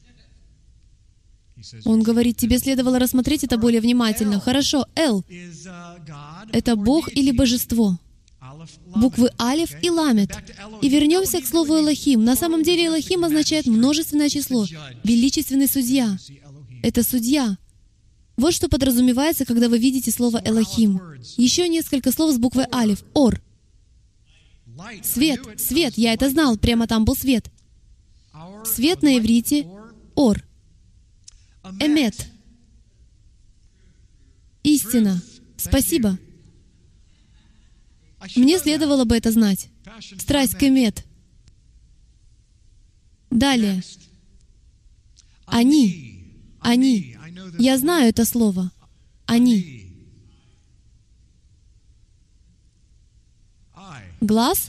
Он говорит, тебе следовало рассмотреть это более внимательно. Хорошо, Эл — это Бог или Божество. Буквы Алиф и Ламет. И вернемся к слову Элохим. На самом деле Элохим означает множественное число. Величественный судья. Это судья. Вот что подразумевается, когда вы видите слово «Элохим». Еще несколько слов с буквой «Алиф». «Ор». Свет. Свет. Я это знал. Прямо там был свет. Свет на иврите — «Ор». Эмет. Истина. Спасибо. Мне следовало бы это знать. Страсть к эмет. Далее. Они. Они. Я знаю это слово. Они. Глаз?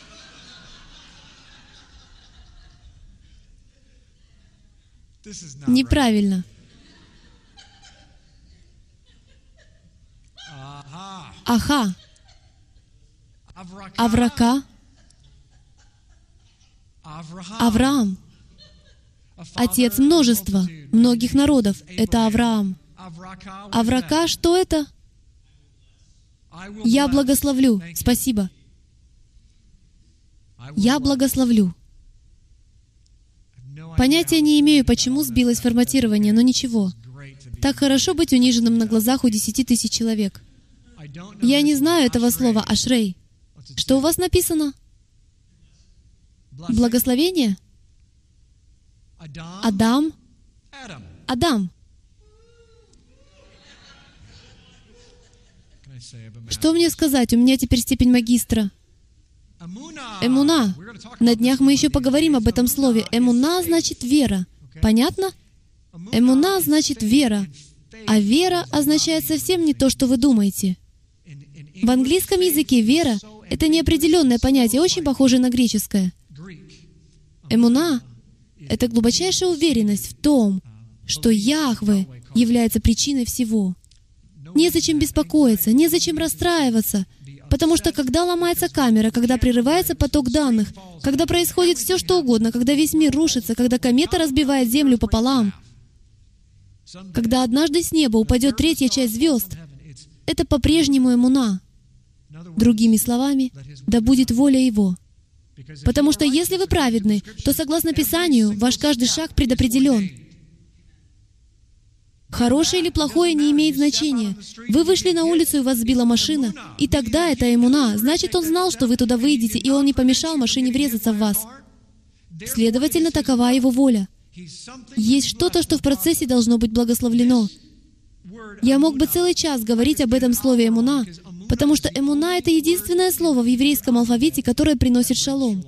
Неправильно. Аха. Аврака. Авраам. Отец множества, многих народов. Это Авраам. Аврака, что это? Я благословлю. Спасибо. Я благословлю. Понятия не имею, почему сбилось форматирование, но ничего. Так хорошо быть униженным на глазах у 10 000 человек. Я не знаю этого слова «ашрей». Что у вас написано? Благословение? Адам? Адам. Что мне сказать? У меня теперь степень магистра. Эмуна. На днях мы еще поговорим об этом слове. Эмуна значит вера. Понятно? Эмуна значит вера. А вера означает совсем не то, что вы думаете. В английском языке вера — это неопределенное понятие, очень похожее на греческое. Эмуна — это глубочайшая уверенность в том, что Яхве является причиной всего. Незачем беспокоиться, незачем расстраиваться, потому что когда ломается камера, когда прерывается поток данных, когда происходит все, что угодно, когда весь мир рушится, когда комета разбивает Землю пополам, когда однажды с неба упадет 3/3 часть звезд, это по-прежнему эмуна. Другими словами, да будет воля Его. Потому что если вы праведны, то, согласно Писанию, ваш каждый шаг предопределен. Хорошее или плохое не имеет значения. Вы вышли на улицу, и вас сбила машина, и тогда это эмуна. Значит, Он знал, что вы туда выйдете, и Он не помешал машине врезаться в вас. Следовательно, такова Его воля. Есть что-то, что в процессе должно быть благословлено. Я мог бы целый час говорить об этом слове «эмуна», потому что эмуна — это единственное слово в еврейском алфавите, которое приносит шалом.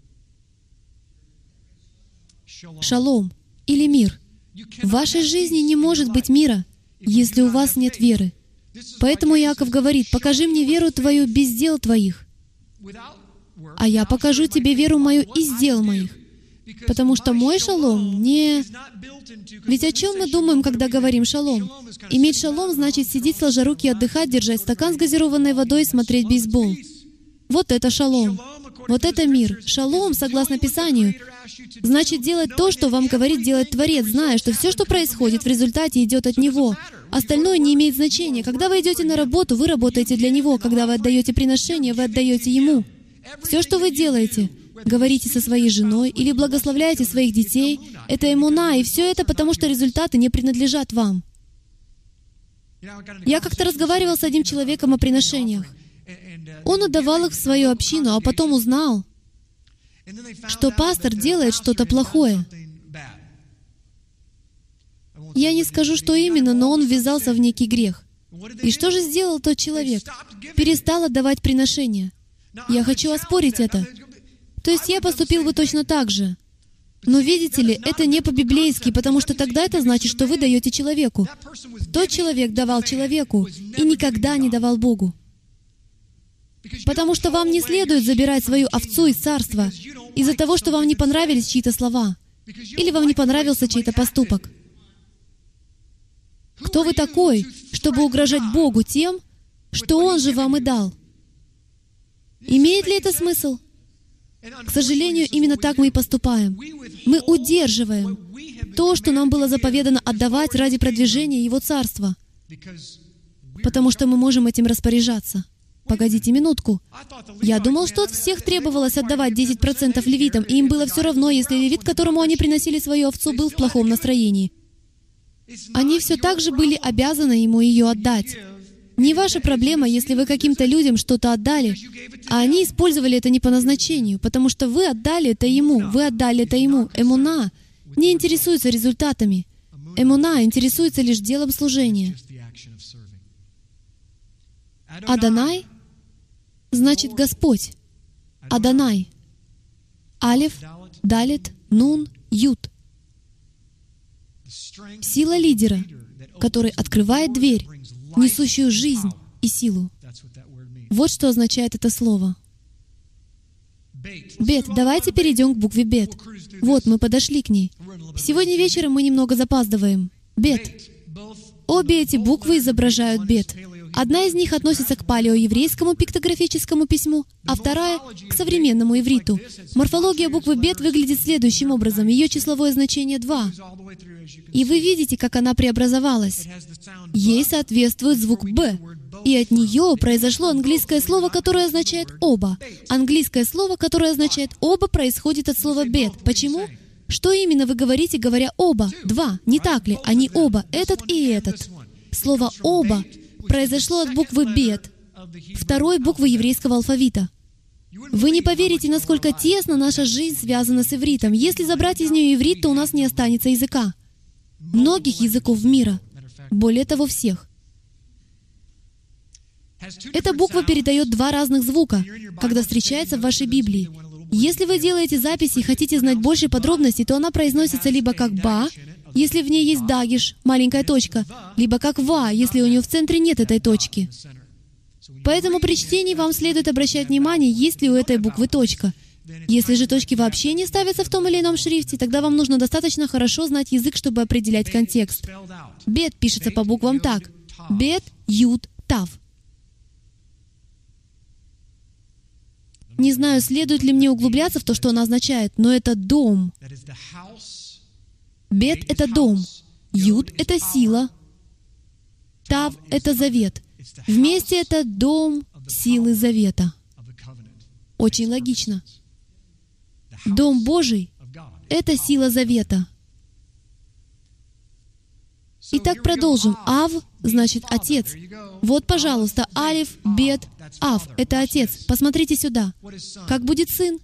Шалом или мир. В вашей жизни не может быть мира, если у вас нет веры. Поэтому Иаков говорит: «Покажи мне веру твою без дел твоих, а я покажу тебе веру мою из дел моих». Потому что мой шалом не... Ведь о чем мы думаем, когда говорим «шалом»? Иметь шалом значит сидеть сложа руки, отдыхать, держать стакан с газированной водой и смотреть бейсбол. Вот это шалом. Вот это мир. Шалом, согласно Писанию, значит делать то, что вам говорит делать Творец, зная, что все, что происходит, в результате идет от Него. Остальное не имеет значения. Когда вы идете на работу, вы работаете для Него. Когда вы отдаете приношение, вы отдаете Ему. Все, что вы делаете, говорите со своей женой или благословляете своих детей, это эмуна, и все это потому, что результаты не принадлежат вам. Я как-то разговаривал с одним человеком о приношениях. Он отдавал их в свою общину, а потом узнал, что пастор делает что-то плохое. Я не скажу, что именно, но он ввязался в некий грех. И что же сделал тот человек? Перестал отдавать приношения. Я хочу оспорить это. То есть я поступил бы точно так же. Но видите ли, это не по-библейски, потому что тогда это значит, что вы даете человеку. Тот человек давал человеку и никогда не давал Богу. Потому что вам не следует забирать свою овцу из царства из-за того, что вам не понравились чьи-то слова или вам не понравился чей-то поступок. Кто вы такой, чтобы угрожать Богу тем, что Он же вам и дал? Имеет ли это смысл? К сожалению, именно так мы и поступаем. Мы удерживаем то, что нам было заповедано отдавать ради продвижения Его Царства, потому что мы можем этим распоряжаться. Погодите минутку. Я думал, что от всех требовалось отдавать 10% левитам, и им было все равно, если левит, которому они приносили свою овцу, был в плохом настроении. Они все так же были обязаны ему ее отдать. Не ваша проблема, если вы каким-то людям что-то отдали, а они использовали это не по назначению, потому что вы отдали это ему, вы отдали это ему. Эмуна не интересуется результатами. Эмуна интересуется лишь делом служения. Адонай значит Господь. Адонай. Алеф, Далет, Нун, Ют. Сила лидера, который открывает дверь, несущую жизнь и силу. Вот что означает это слово. Бет. Давайте перейдем к букве Бет. Вот, мы подошли к ней. Сегодня вечером мы немного запаздываем. Бет. Обе эти буквы изображают Бет. Одна из них относится к палеоеврейскому пиктографическому письму, а вторая — к современному ивриту. Морфология буквы Бет выглядит следующим образом. Ее числовое значение 2. И вы видите, как она преобразовалась. Ей соответствует звук «Б», и от нее произошло английское слово, которое означает «оба». Английское слово, которое означает «оба», происходит от слова «бет». Почему? Что именно вы говорите, говоря «оба»? Два, не так ли? Они оба, этот и этот. Слово «оба» произошло от буквы «бет», второй буквы еврейского алфавита. Вы не поверите, насколько тесно наша жизнь связана с ивритом. Если забрать из нее иврит, то у нас не останется языка. Многих языков мира. Более того, всех. Эта буква передает два разных звука, когда встречается в вашей Библии. Если вы делаете записи и хотите знать больше подробностей, то она произносится либо как «ба», если в ней есть дагиш, маленькая точка, либо как «ва», если у нее в центре нет этой точки. Поэтому при чтении вам следует обращать внимание, есть ли у этой буквы точка. Если же точки вообще не ставятся в том или ином шрифте, тогда вам нужно достаточно хорошо знать язык, чтобы определять контекст. Бет пишется по буквам так. Бет, Юд, Тав. Не знаю, следует ли мне углубляться в то, что она означает, но это дом. Бет — это дом. Юд — это сила. Тав — это завет. Вместе это дом силы завета. Очень логично. Дом Божий — это сила завета. Итак, продолжим. Ав значит отец. Вот, пожалуйста, Алиф, Бет, Ав — это отец. Посмотрите сюда. Как будет сын?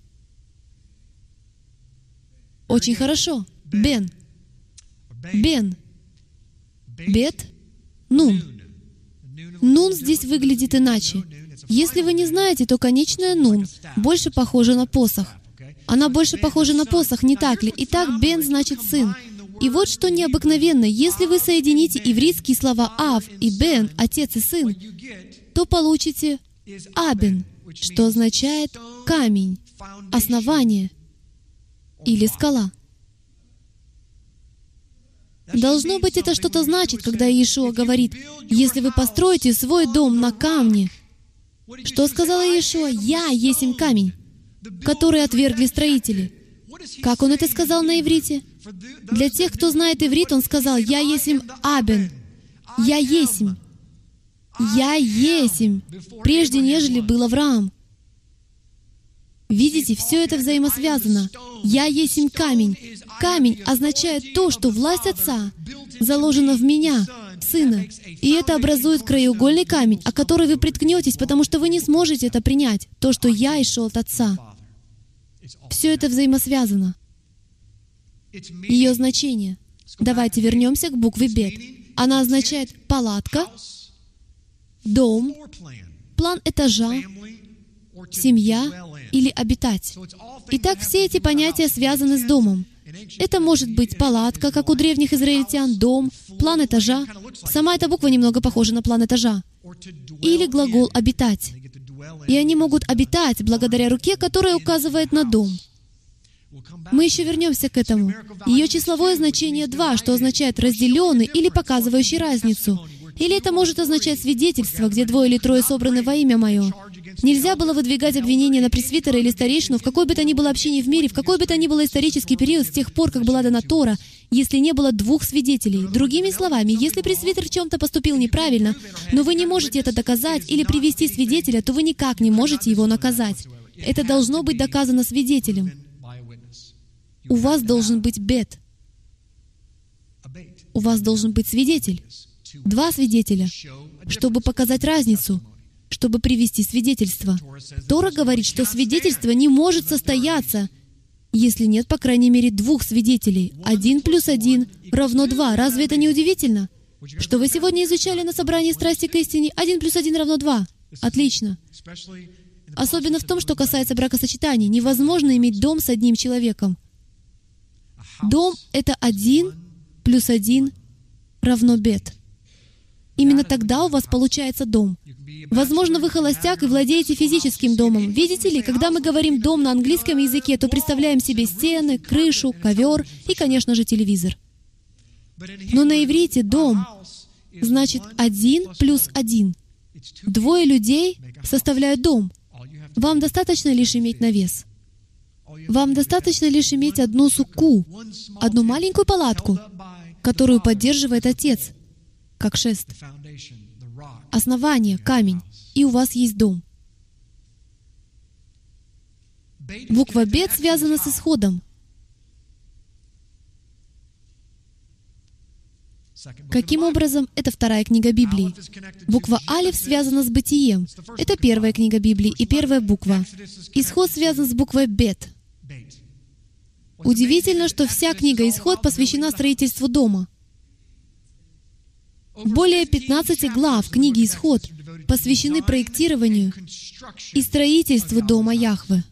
Очень хорошо. Бен. Бен. Бет. Нун. Нун здесь выглядит иначе. Если вы не знаете, то конечная «нун» больше похожа на посох. Она больше похожа на посох, не так ли? Итак, «бен» значит «сын». И вот что необыкновенно. Если вы соедините ивритские слова «ав» и «бен», «отец» и «сын», то получите «абен», что означает «камень», «основание» или «скала». Должно быть, это что-то значит, когда Иешуа говорит: «Если вы построите свой дом на камне». Что сказала Иешуа? «Я есмь камень, который отвергли строители». Как он это сказал на иврите? Для тех, кто знает иврит, он сказал: «Я есмь абен». «Я есмь». «Я есмь», прежде нежели был Авраам. Видите, все это взаимосвязано. «Я есмь камень». Камень означает то, что власть Отца заложена в меня, Сына. И это образует краеугольный камень, о который вы приткнетесь, потому что вы не сможете это принять. То, что я исшел от Отца. Все это взаимосвязано. Ее значение. Давайте вернемся к букве Бет. Она означает палатка, дом, план этажа, семья или обитать. Итак, все эти понятия связаны с домом. Это может быть палатка, как у древних израильтян, дом, план этажа. Сама эта буква немного похожа на план этажа. Или глагол «обитать». И они могут обитать благодаря руке, которая указывает на дом. Мы еще вернемся к этому. Ее числовое значение 2, что означает «разделенный» или «показывающий разницу». Или это может означать свидетельство, где 2 или 3 собраны во имя Мое. Нельзя было выдвигать обвинения на пресвитера или старейшину в какой бы то ни было общине в мире, в какой бы то ни было исторический период, с тех пор, как была дана Тора, если не было 2 свидетелей. Другими словами, если пресвитер в чем-то поступил неправильно, но вы не можете это доказать или привести свидетеля, то вы никак не можете его наказать. Это должно быть доказано свидетелем. У вас должен быть бет. У вас должен быть свидетель. 2 свидетеля, чтобы показать разницу, чтобы привести свидетельство. Тора говорит, что свидетельство не может состояться, если нет, по крайней мере, 2 свидетелей. 1 + 1 = 2. Разве это не удивительно? Что вы сегодня изучали на собрании «Страсти к истине»? 1 + 1 = 2. Отлично. Особенно в том, что касается бракосочетаний. Невозможно иметь дом с одним человеком. Дом — это 1 + 1 = бет. Именно тогда у вас получается дом. Возможно, вы холостяк и владеете физическим домом. Видите ли, когда мы говорим «дом» на английском языке, то представляем себе стены, крышу, ковер и, конечно же, телевизор. Но на иврите «дом» значит 1 + 1. 2 людей составляют дом. Вам достаточно лишь иметь навес. Вам достаточно лишь иметь одну сукку, одну маленькую палатку, которую поддерживает Отец, как шест. Основание, камень, и у вас есть дом. Буква «бет» связана с исходом. Каким образом? Это 2 книга Библии. Буква «алеф» связана с бытием. Это 1 книга Библии и 1 буква. Исход связан с буквой «бет». Удивительно, что вся книга «Исход» посвящена строительству дома. Более 15 глав книги «Исход» посвящены проектированию и строительству дома Яхве.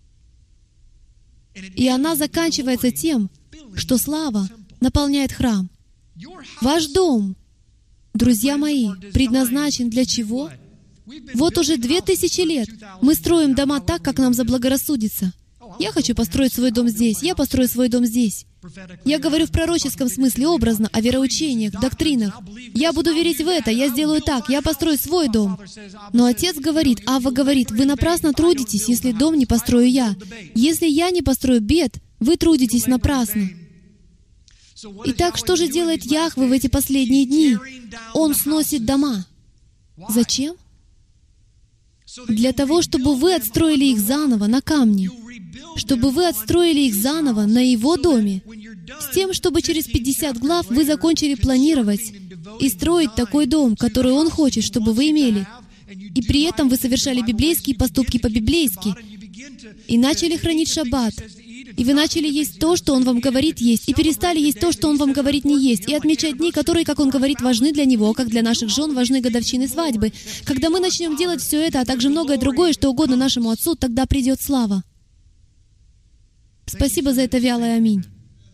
И она заканчивается тем, что слава наполняет храм. Ваш дом, друзья мои, предназначен для чего? Вот уже 2000 лет мы строим дома так, как нам заблагорассудится. Я хочу построить свой дом здесь, я построю свой дом здесь. Я говорю в пророческом смысле образно, о вероучениях, доктринах. Я буду верить в это, я сделаю так, я построю свой дом. Но Отец говорит, Авва говорит, вы напрасно трудитесь, если дом не построю я. Если я не построю бет, вы трудитесь напрасно. Итак, что же делает Яхве в эти последние дни? Он сносит дома. Зачем? Для того, чтобы вы отстроили их заново на камне. Чтобы вы отстроили их заново на Его доме. С тем, чтобы через 50 глав вы закончили планировать и строить такой дом, который Он хочет, чтобы вы имели. И при этом вы совершали библейские поступки по-библейски. И начали хранить шаббат. И вы начали есть то, что Он вам говорит есть, и перестали есть то, что Он вам говорит не есть, и отмечать дни, которые, как Он говорит, важны для Него, как для наших жен важны годовщины свадьбы. Когда мы начнем делать все это, а также многое другое, что угодно нашему Отцу, тогда придет слава. Спасибо за это вялое аминь.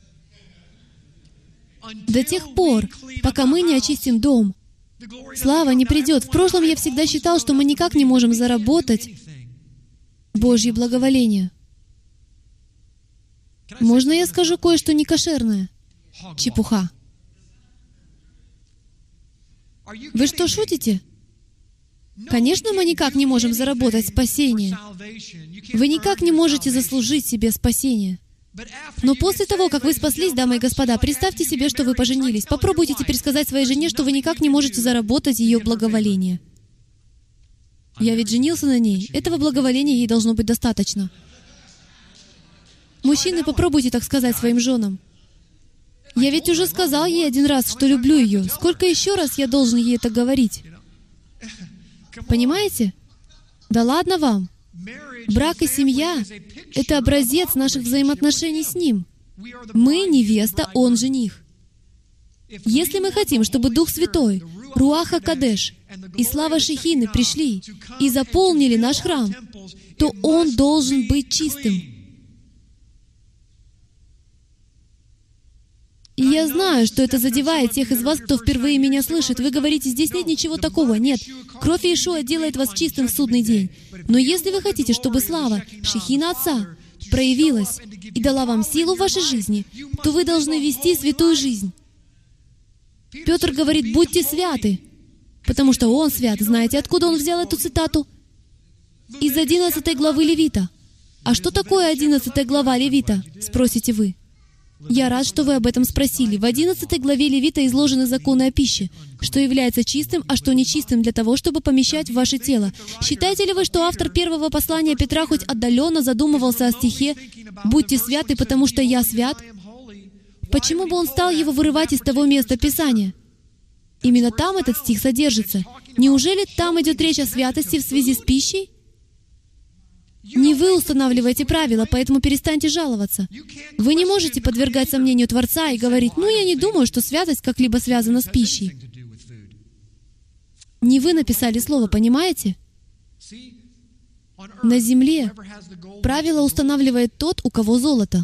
До тех пор, пока мы не очистим дом, слава не придет. В прошлом я всегда считал, что мы никак не можем заработать Божье благоволение. Можно я скажу кое-что некошерное? Чепуха. Вы что, шутите? Конечно, мы никак не можем заработать спасение. Вы никак не можете заслужить себе спасение. Но после того, как вы спаслись, дамы и господа, представьте себе, что вы поженились. Попробуйте теперь сказать своей жене, что вы никак не можете заработать ее благоволение. Я ведь женился на ней. Этого благоволения ей должно быть достаточно. Мужчины, попробуйте так сказать своим женам. Я ведь уже сказал ей один раз, что люблю ее. Сколько еще раз я должен ей это говорить? Понимаете? Да ладно вам. Брак и семья — это образец наших взаимоотношений с Ним. Мы — невеста, Он — жених. Если мы хотим, чтобы Дух Святой, Руах ха-Кодеш и слава Шехины пришли и заполнили наш храм, то он должен быть чистым. И я знаю, что это задевает тех из вас, кто впервые меня слышит. Вы говорите, здесь нет ничего такого. Нет. Кровь Иешуа делает вас чистым в судный день. Но если вы хотите, чтобы слава Шехина Отца проявилась и дала вам силу в вашей жизни, то вы должны вести святую жизнь. Петр говорит, будьте святы, потому что Он свят. Знаете, откуда он взял эту цитату? Из 11 главы Левита. А что такое 11 глава Левита, спросите вы? Я рад, что вы об этом спросили. В 11 главе Левита изложены законы о пище, что является чистым, а что нечистым для того, чтобы помещать в ваше тело. Считаете ли вы, что автор первого послания Петра хоть отдаленно задумывался о стихе «Будьте святы, потому что я свят»? почему бы он стал его вырывать из того места Писания? Именно там этот стих содержится. Неужели там идет речь о святости в связи с пищей? Не вы устанавливаете правила, поэтому перестаньте жаловаться. Вы не можете подвергать сомнению Творца и говорить, я не думаю, что святость как-либо связана с пищей. Не вы написали слово, понимаете? На земле правила устанавливает тот, у кого золото.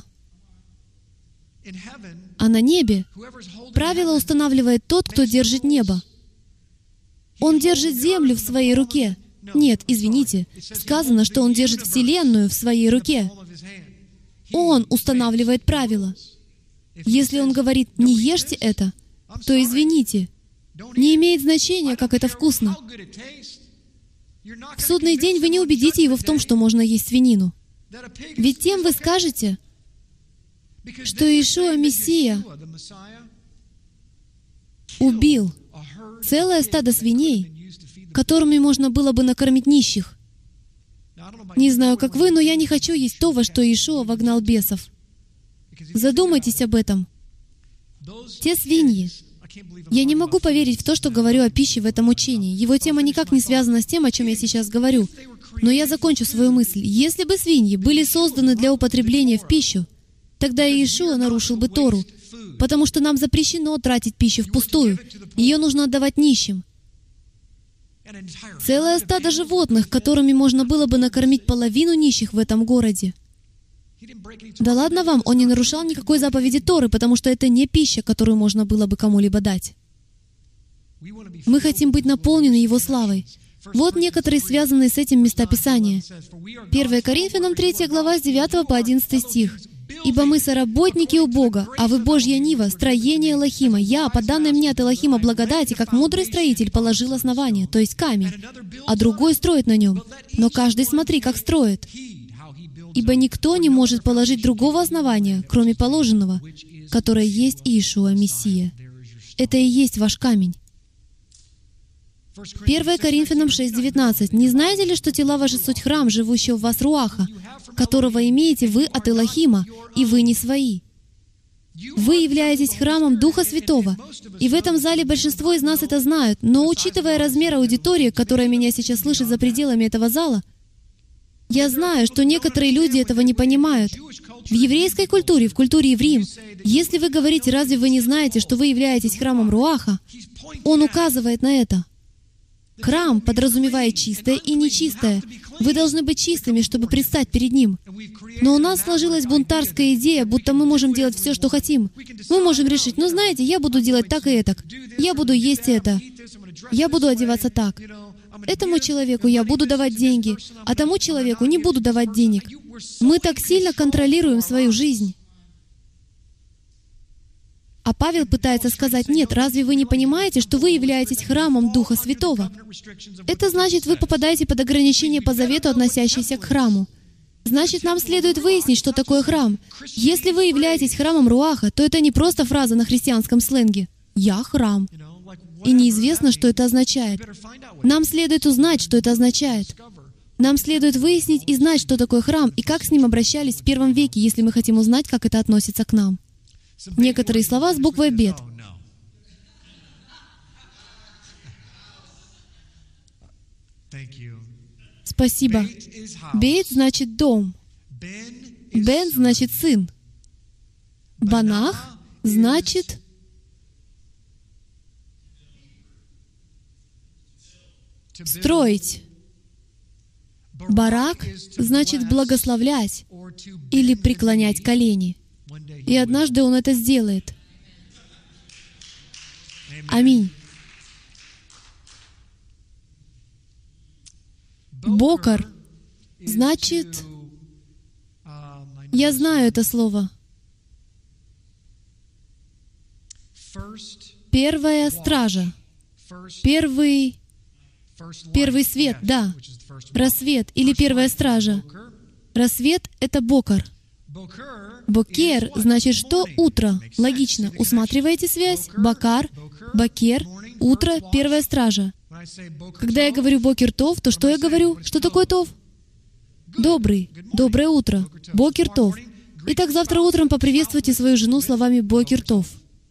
А на небе правила устанавливает тот, кто держит небо. Он держит землю в своей руке. Нет, извините, сказано, что он держит Вселенную в своей руке. Он устанавливает правила. Если он говорит, не ешьте это, то извините, не имеет значения, как это вкусно. В судный день вы не убедите его в том, что можно есть свинину. Ведь тем вы скажете, что Иешуа Мессия убил целое стадо свиней, которыми можно было бы накормить нищих. Не знаю, как вы, но я не хочу есть то, во что Иешуа вогнал бесов. Задумайтесь об этом. Те свиньи. Я не могу поверить в то, что говорю о пище в этом учении. Его тема никак не связана с тем, о чем я сейчас говорю. Но я закончу свою мысль. Если бы свиньи были созданы для употребления в пищу, тогда Иешуа нарушил бы Тору, потому что нам запрещено тратить пищу впустую. Ее нужно отдавать нищим. Целое стадо животных, которыми можно было бы накормить половину нищих в этом городе. Да ладно вам, он не нарушал никакой заповеди Торы, потому что это не пища, которую можно было бы кому-либо дать. Мы хотим быть наполнены Его славой. Вот некоторые связанные с этим места Писания. 1 Коринфянам 3 глава с 9 по 11 стих. «Ибо мы соработники у Бога, а вы Божья нива, строение Элохима. Я, по данной мне от Элохима благодати, как мудрый строитель, положил основание, то есть камень, а другой строит на нем. Но каждый смотри, как строит. Ибо никто не может положить другого основания, кроме положенного, которое есть Иешуа Мессия. Это и есть ваш камень». 1 Коринфянам 6:19. «Не знаете ли, что тела ваши суть храм, живущего в вас Руаха, которого имеете вы от Элохима, и вы не свои? Вы являетесь храмом Духа Святого». И в этом зале большинство из нас это знают, но учитывая размер аудитории, которая меня сейчас слышит за пределами этого зала, я знаю, что некоторые люди этого не понимают. В еврейской культуре, в культуре евреям, если вы говорите, разве вы не знаете, что вы являетесь храмом Руаха, он указывает на это. Храм подразумевает чистое и нечистое. Вы должны быть чистыми, чтобы предстать перед Ним. Но у нас сложилась бунтарская идея, будто мы можем делать все, что хотим. Мы можем решить, знаете, я буду делать так и этак. Я буду есть это. Я буду одеваться так. Этому человеку я буду давать деньги, а тому человеку не буду давать денег. Мы так сильно контролируем свою жизнь. А Павел пытается сказать, нет, разве вы не понимаете, что вы являетесь храмом Духа Святого? Это значит, вы попадаете под ограничения по завету, относящиеся к храму. Значит, нам следует выяснить, что такое храм. Если вы являетесь храмом Руаха, то это не просто фраза на христианском сленге «Я храм». И неизвестно, что это означает. Нам следует узнать, что это означает. Нам следует выяснить и знать, что такое храм, и как с ним обращались в первом веке, если мы хотим узнать, как это относится к нам. Некоторые слова с буквой «бет». Спасибо. «Бейт» значит «дом». «Бен» значит «сын». «Банах» значит «строить». «Барак» значит «благословлять» или «преклонять колени». И однажды Он это сделает. Аминь. «Бокар» значит... Я знаю это слово. Первая стража. Первый свет, да. Рассвет или первая стража. Рассвет — это Бокар. Бокер значит что? Утро. Логично. Усматриваете связь? Бакар, Бакер, утро, первая стража. Когда я говорю Бокер Тов, то что я говорю? Что такое Тов? Добрый. Доброе утро. Бокер Тов. Итак, завтра утром поприветствуйте свою жену словами «Бокер Тов».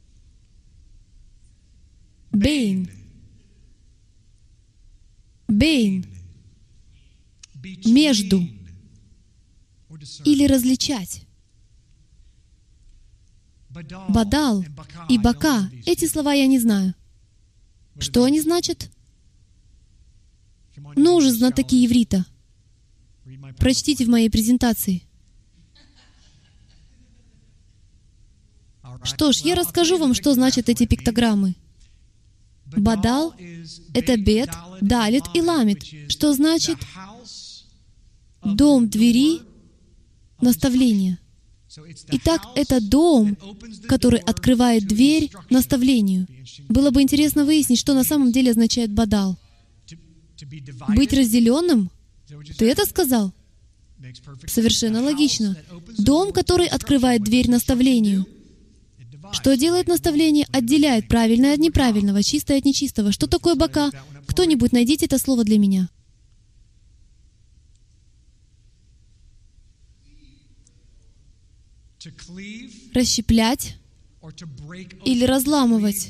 Бейн. Бейн. Между. Или различать. Бадал и Бака. Эти слова я не знаю. Что они значат? Ну уже знатоки иврита. Прочтите в моей презентации. Что ж, я расскажу вам, что значат эти пиктограммы. Бадал — это бет, далит и ламит, что значит дом двери, наставление. Итак, это дом, который открывает дверь наставлению. Было бы интересно выяснить, что на самом деле означает бадал. Быть разделенным? Ты это сказал? Совершенно логично. Дом, который открывает дверь наставлению. Что делает наставление? Отделяет правильное от неправильного, чистое от нечистого. Что такое Бака? Кто-нибудь найдите это слово для меня. Расщеплять или разламывать.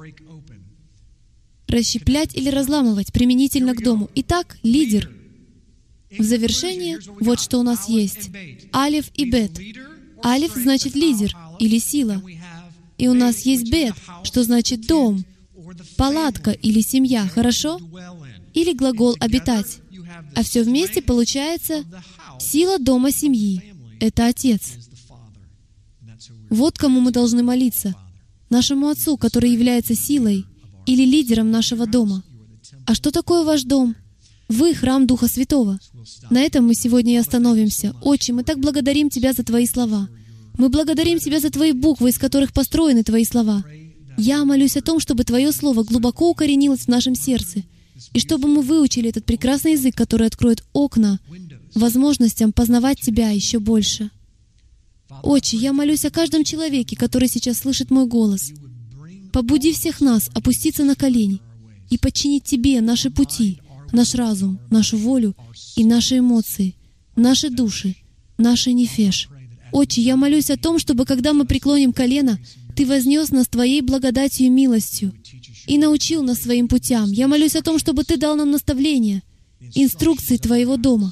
Расщеплять или разламывать применительно к дому. Итак, лидер. В завершение, вот что у нас есть. Алиф и бет. Алиф значит лидер или сила. И у нас есть бет, что значит дом, палатка или семья, хорошо? Или глагол «обитать». А все вместе получается сила дома семьи. Это Отец. Вот кому мы должны молиться. Нашему Отцу, который является силой или лидером нашего дома. А что такое ваш дом? Вы — храм Духа Святого. На этом мы сегодня и остановимся. Отче, мы так благодарим Тебя за Твои слова. Мы благодарим Тебя за Твои буквы, из которых построены Твои слова. Я молюсь о том, чтобы Твое Слово глубоко укоренилось в нашем сердце, и чтобы мы выучили этот прекрасный язык, который откроет окна возможностям познавать Тебя еще больше. Отче, я молюсь о каждом человеке, который сейчас слышит мой голос. Побуди всех нас опуститься на колени и подчинить Тебе наши пути, наш разум, нашу волю и наши эмоции, наши души, наши нефеш. Отче, я молюсь о том, чтобы, когда мы преклоним колено, Ты вознес нас Твоей благодатью и милостью и научил нас своим путям. Я молюсь о том, чтобы Ты дал нам наставления, инструкции Твоего дома.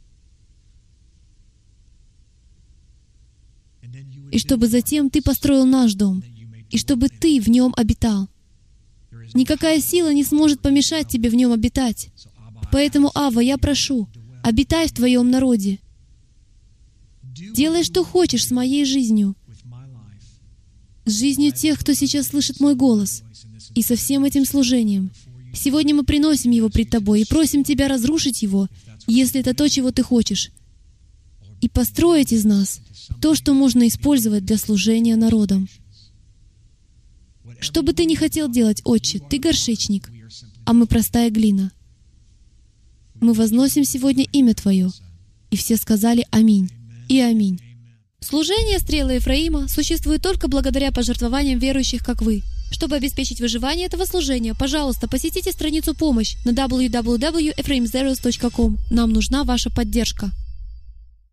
И чтобы затем Ты построил наш дом, и чтобы Ты в нем обитал. Никакая сила не сможет помешать Тебе в нем обитать. Поэтому, Авва, я прошу, обитай в Твоем народе. Делай, что хочешь с моей жизнью, с жизнью тех, кто сейчас слышит мой голос, и со всем этим служением. Сегодня мы приносим его пред Тобой и просим Тебя разрушить его, если это то, чего Ты хочешь, и построить из нас то, что можно использовать для служения народам. Что бы Ты ни хотел делать, Отче, Ты горшечник, а мы простая глина. Мы возносим сегодня имя Твое, и все сказали «Аминь» и «Аминь». Служение «Стрелы Ефраима» существует только благодаря пожертвованиям верующих, как вы. Чтобы обеспечить выживание этого служения, пожалуйста, посетите страницу «Помощь» на www.ephraimzeros.com. Нам нужна ваша поддержка.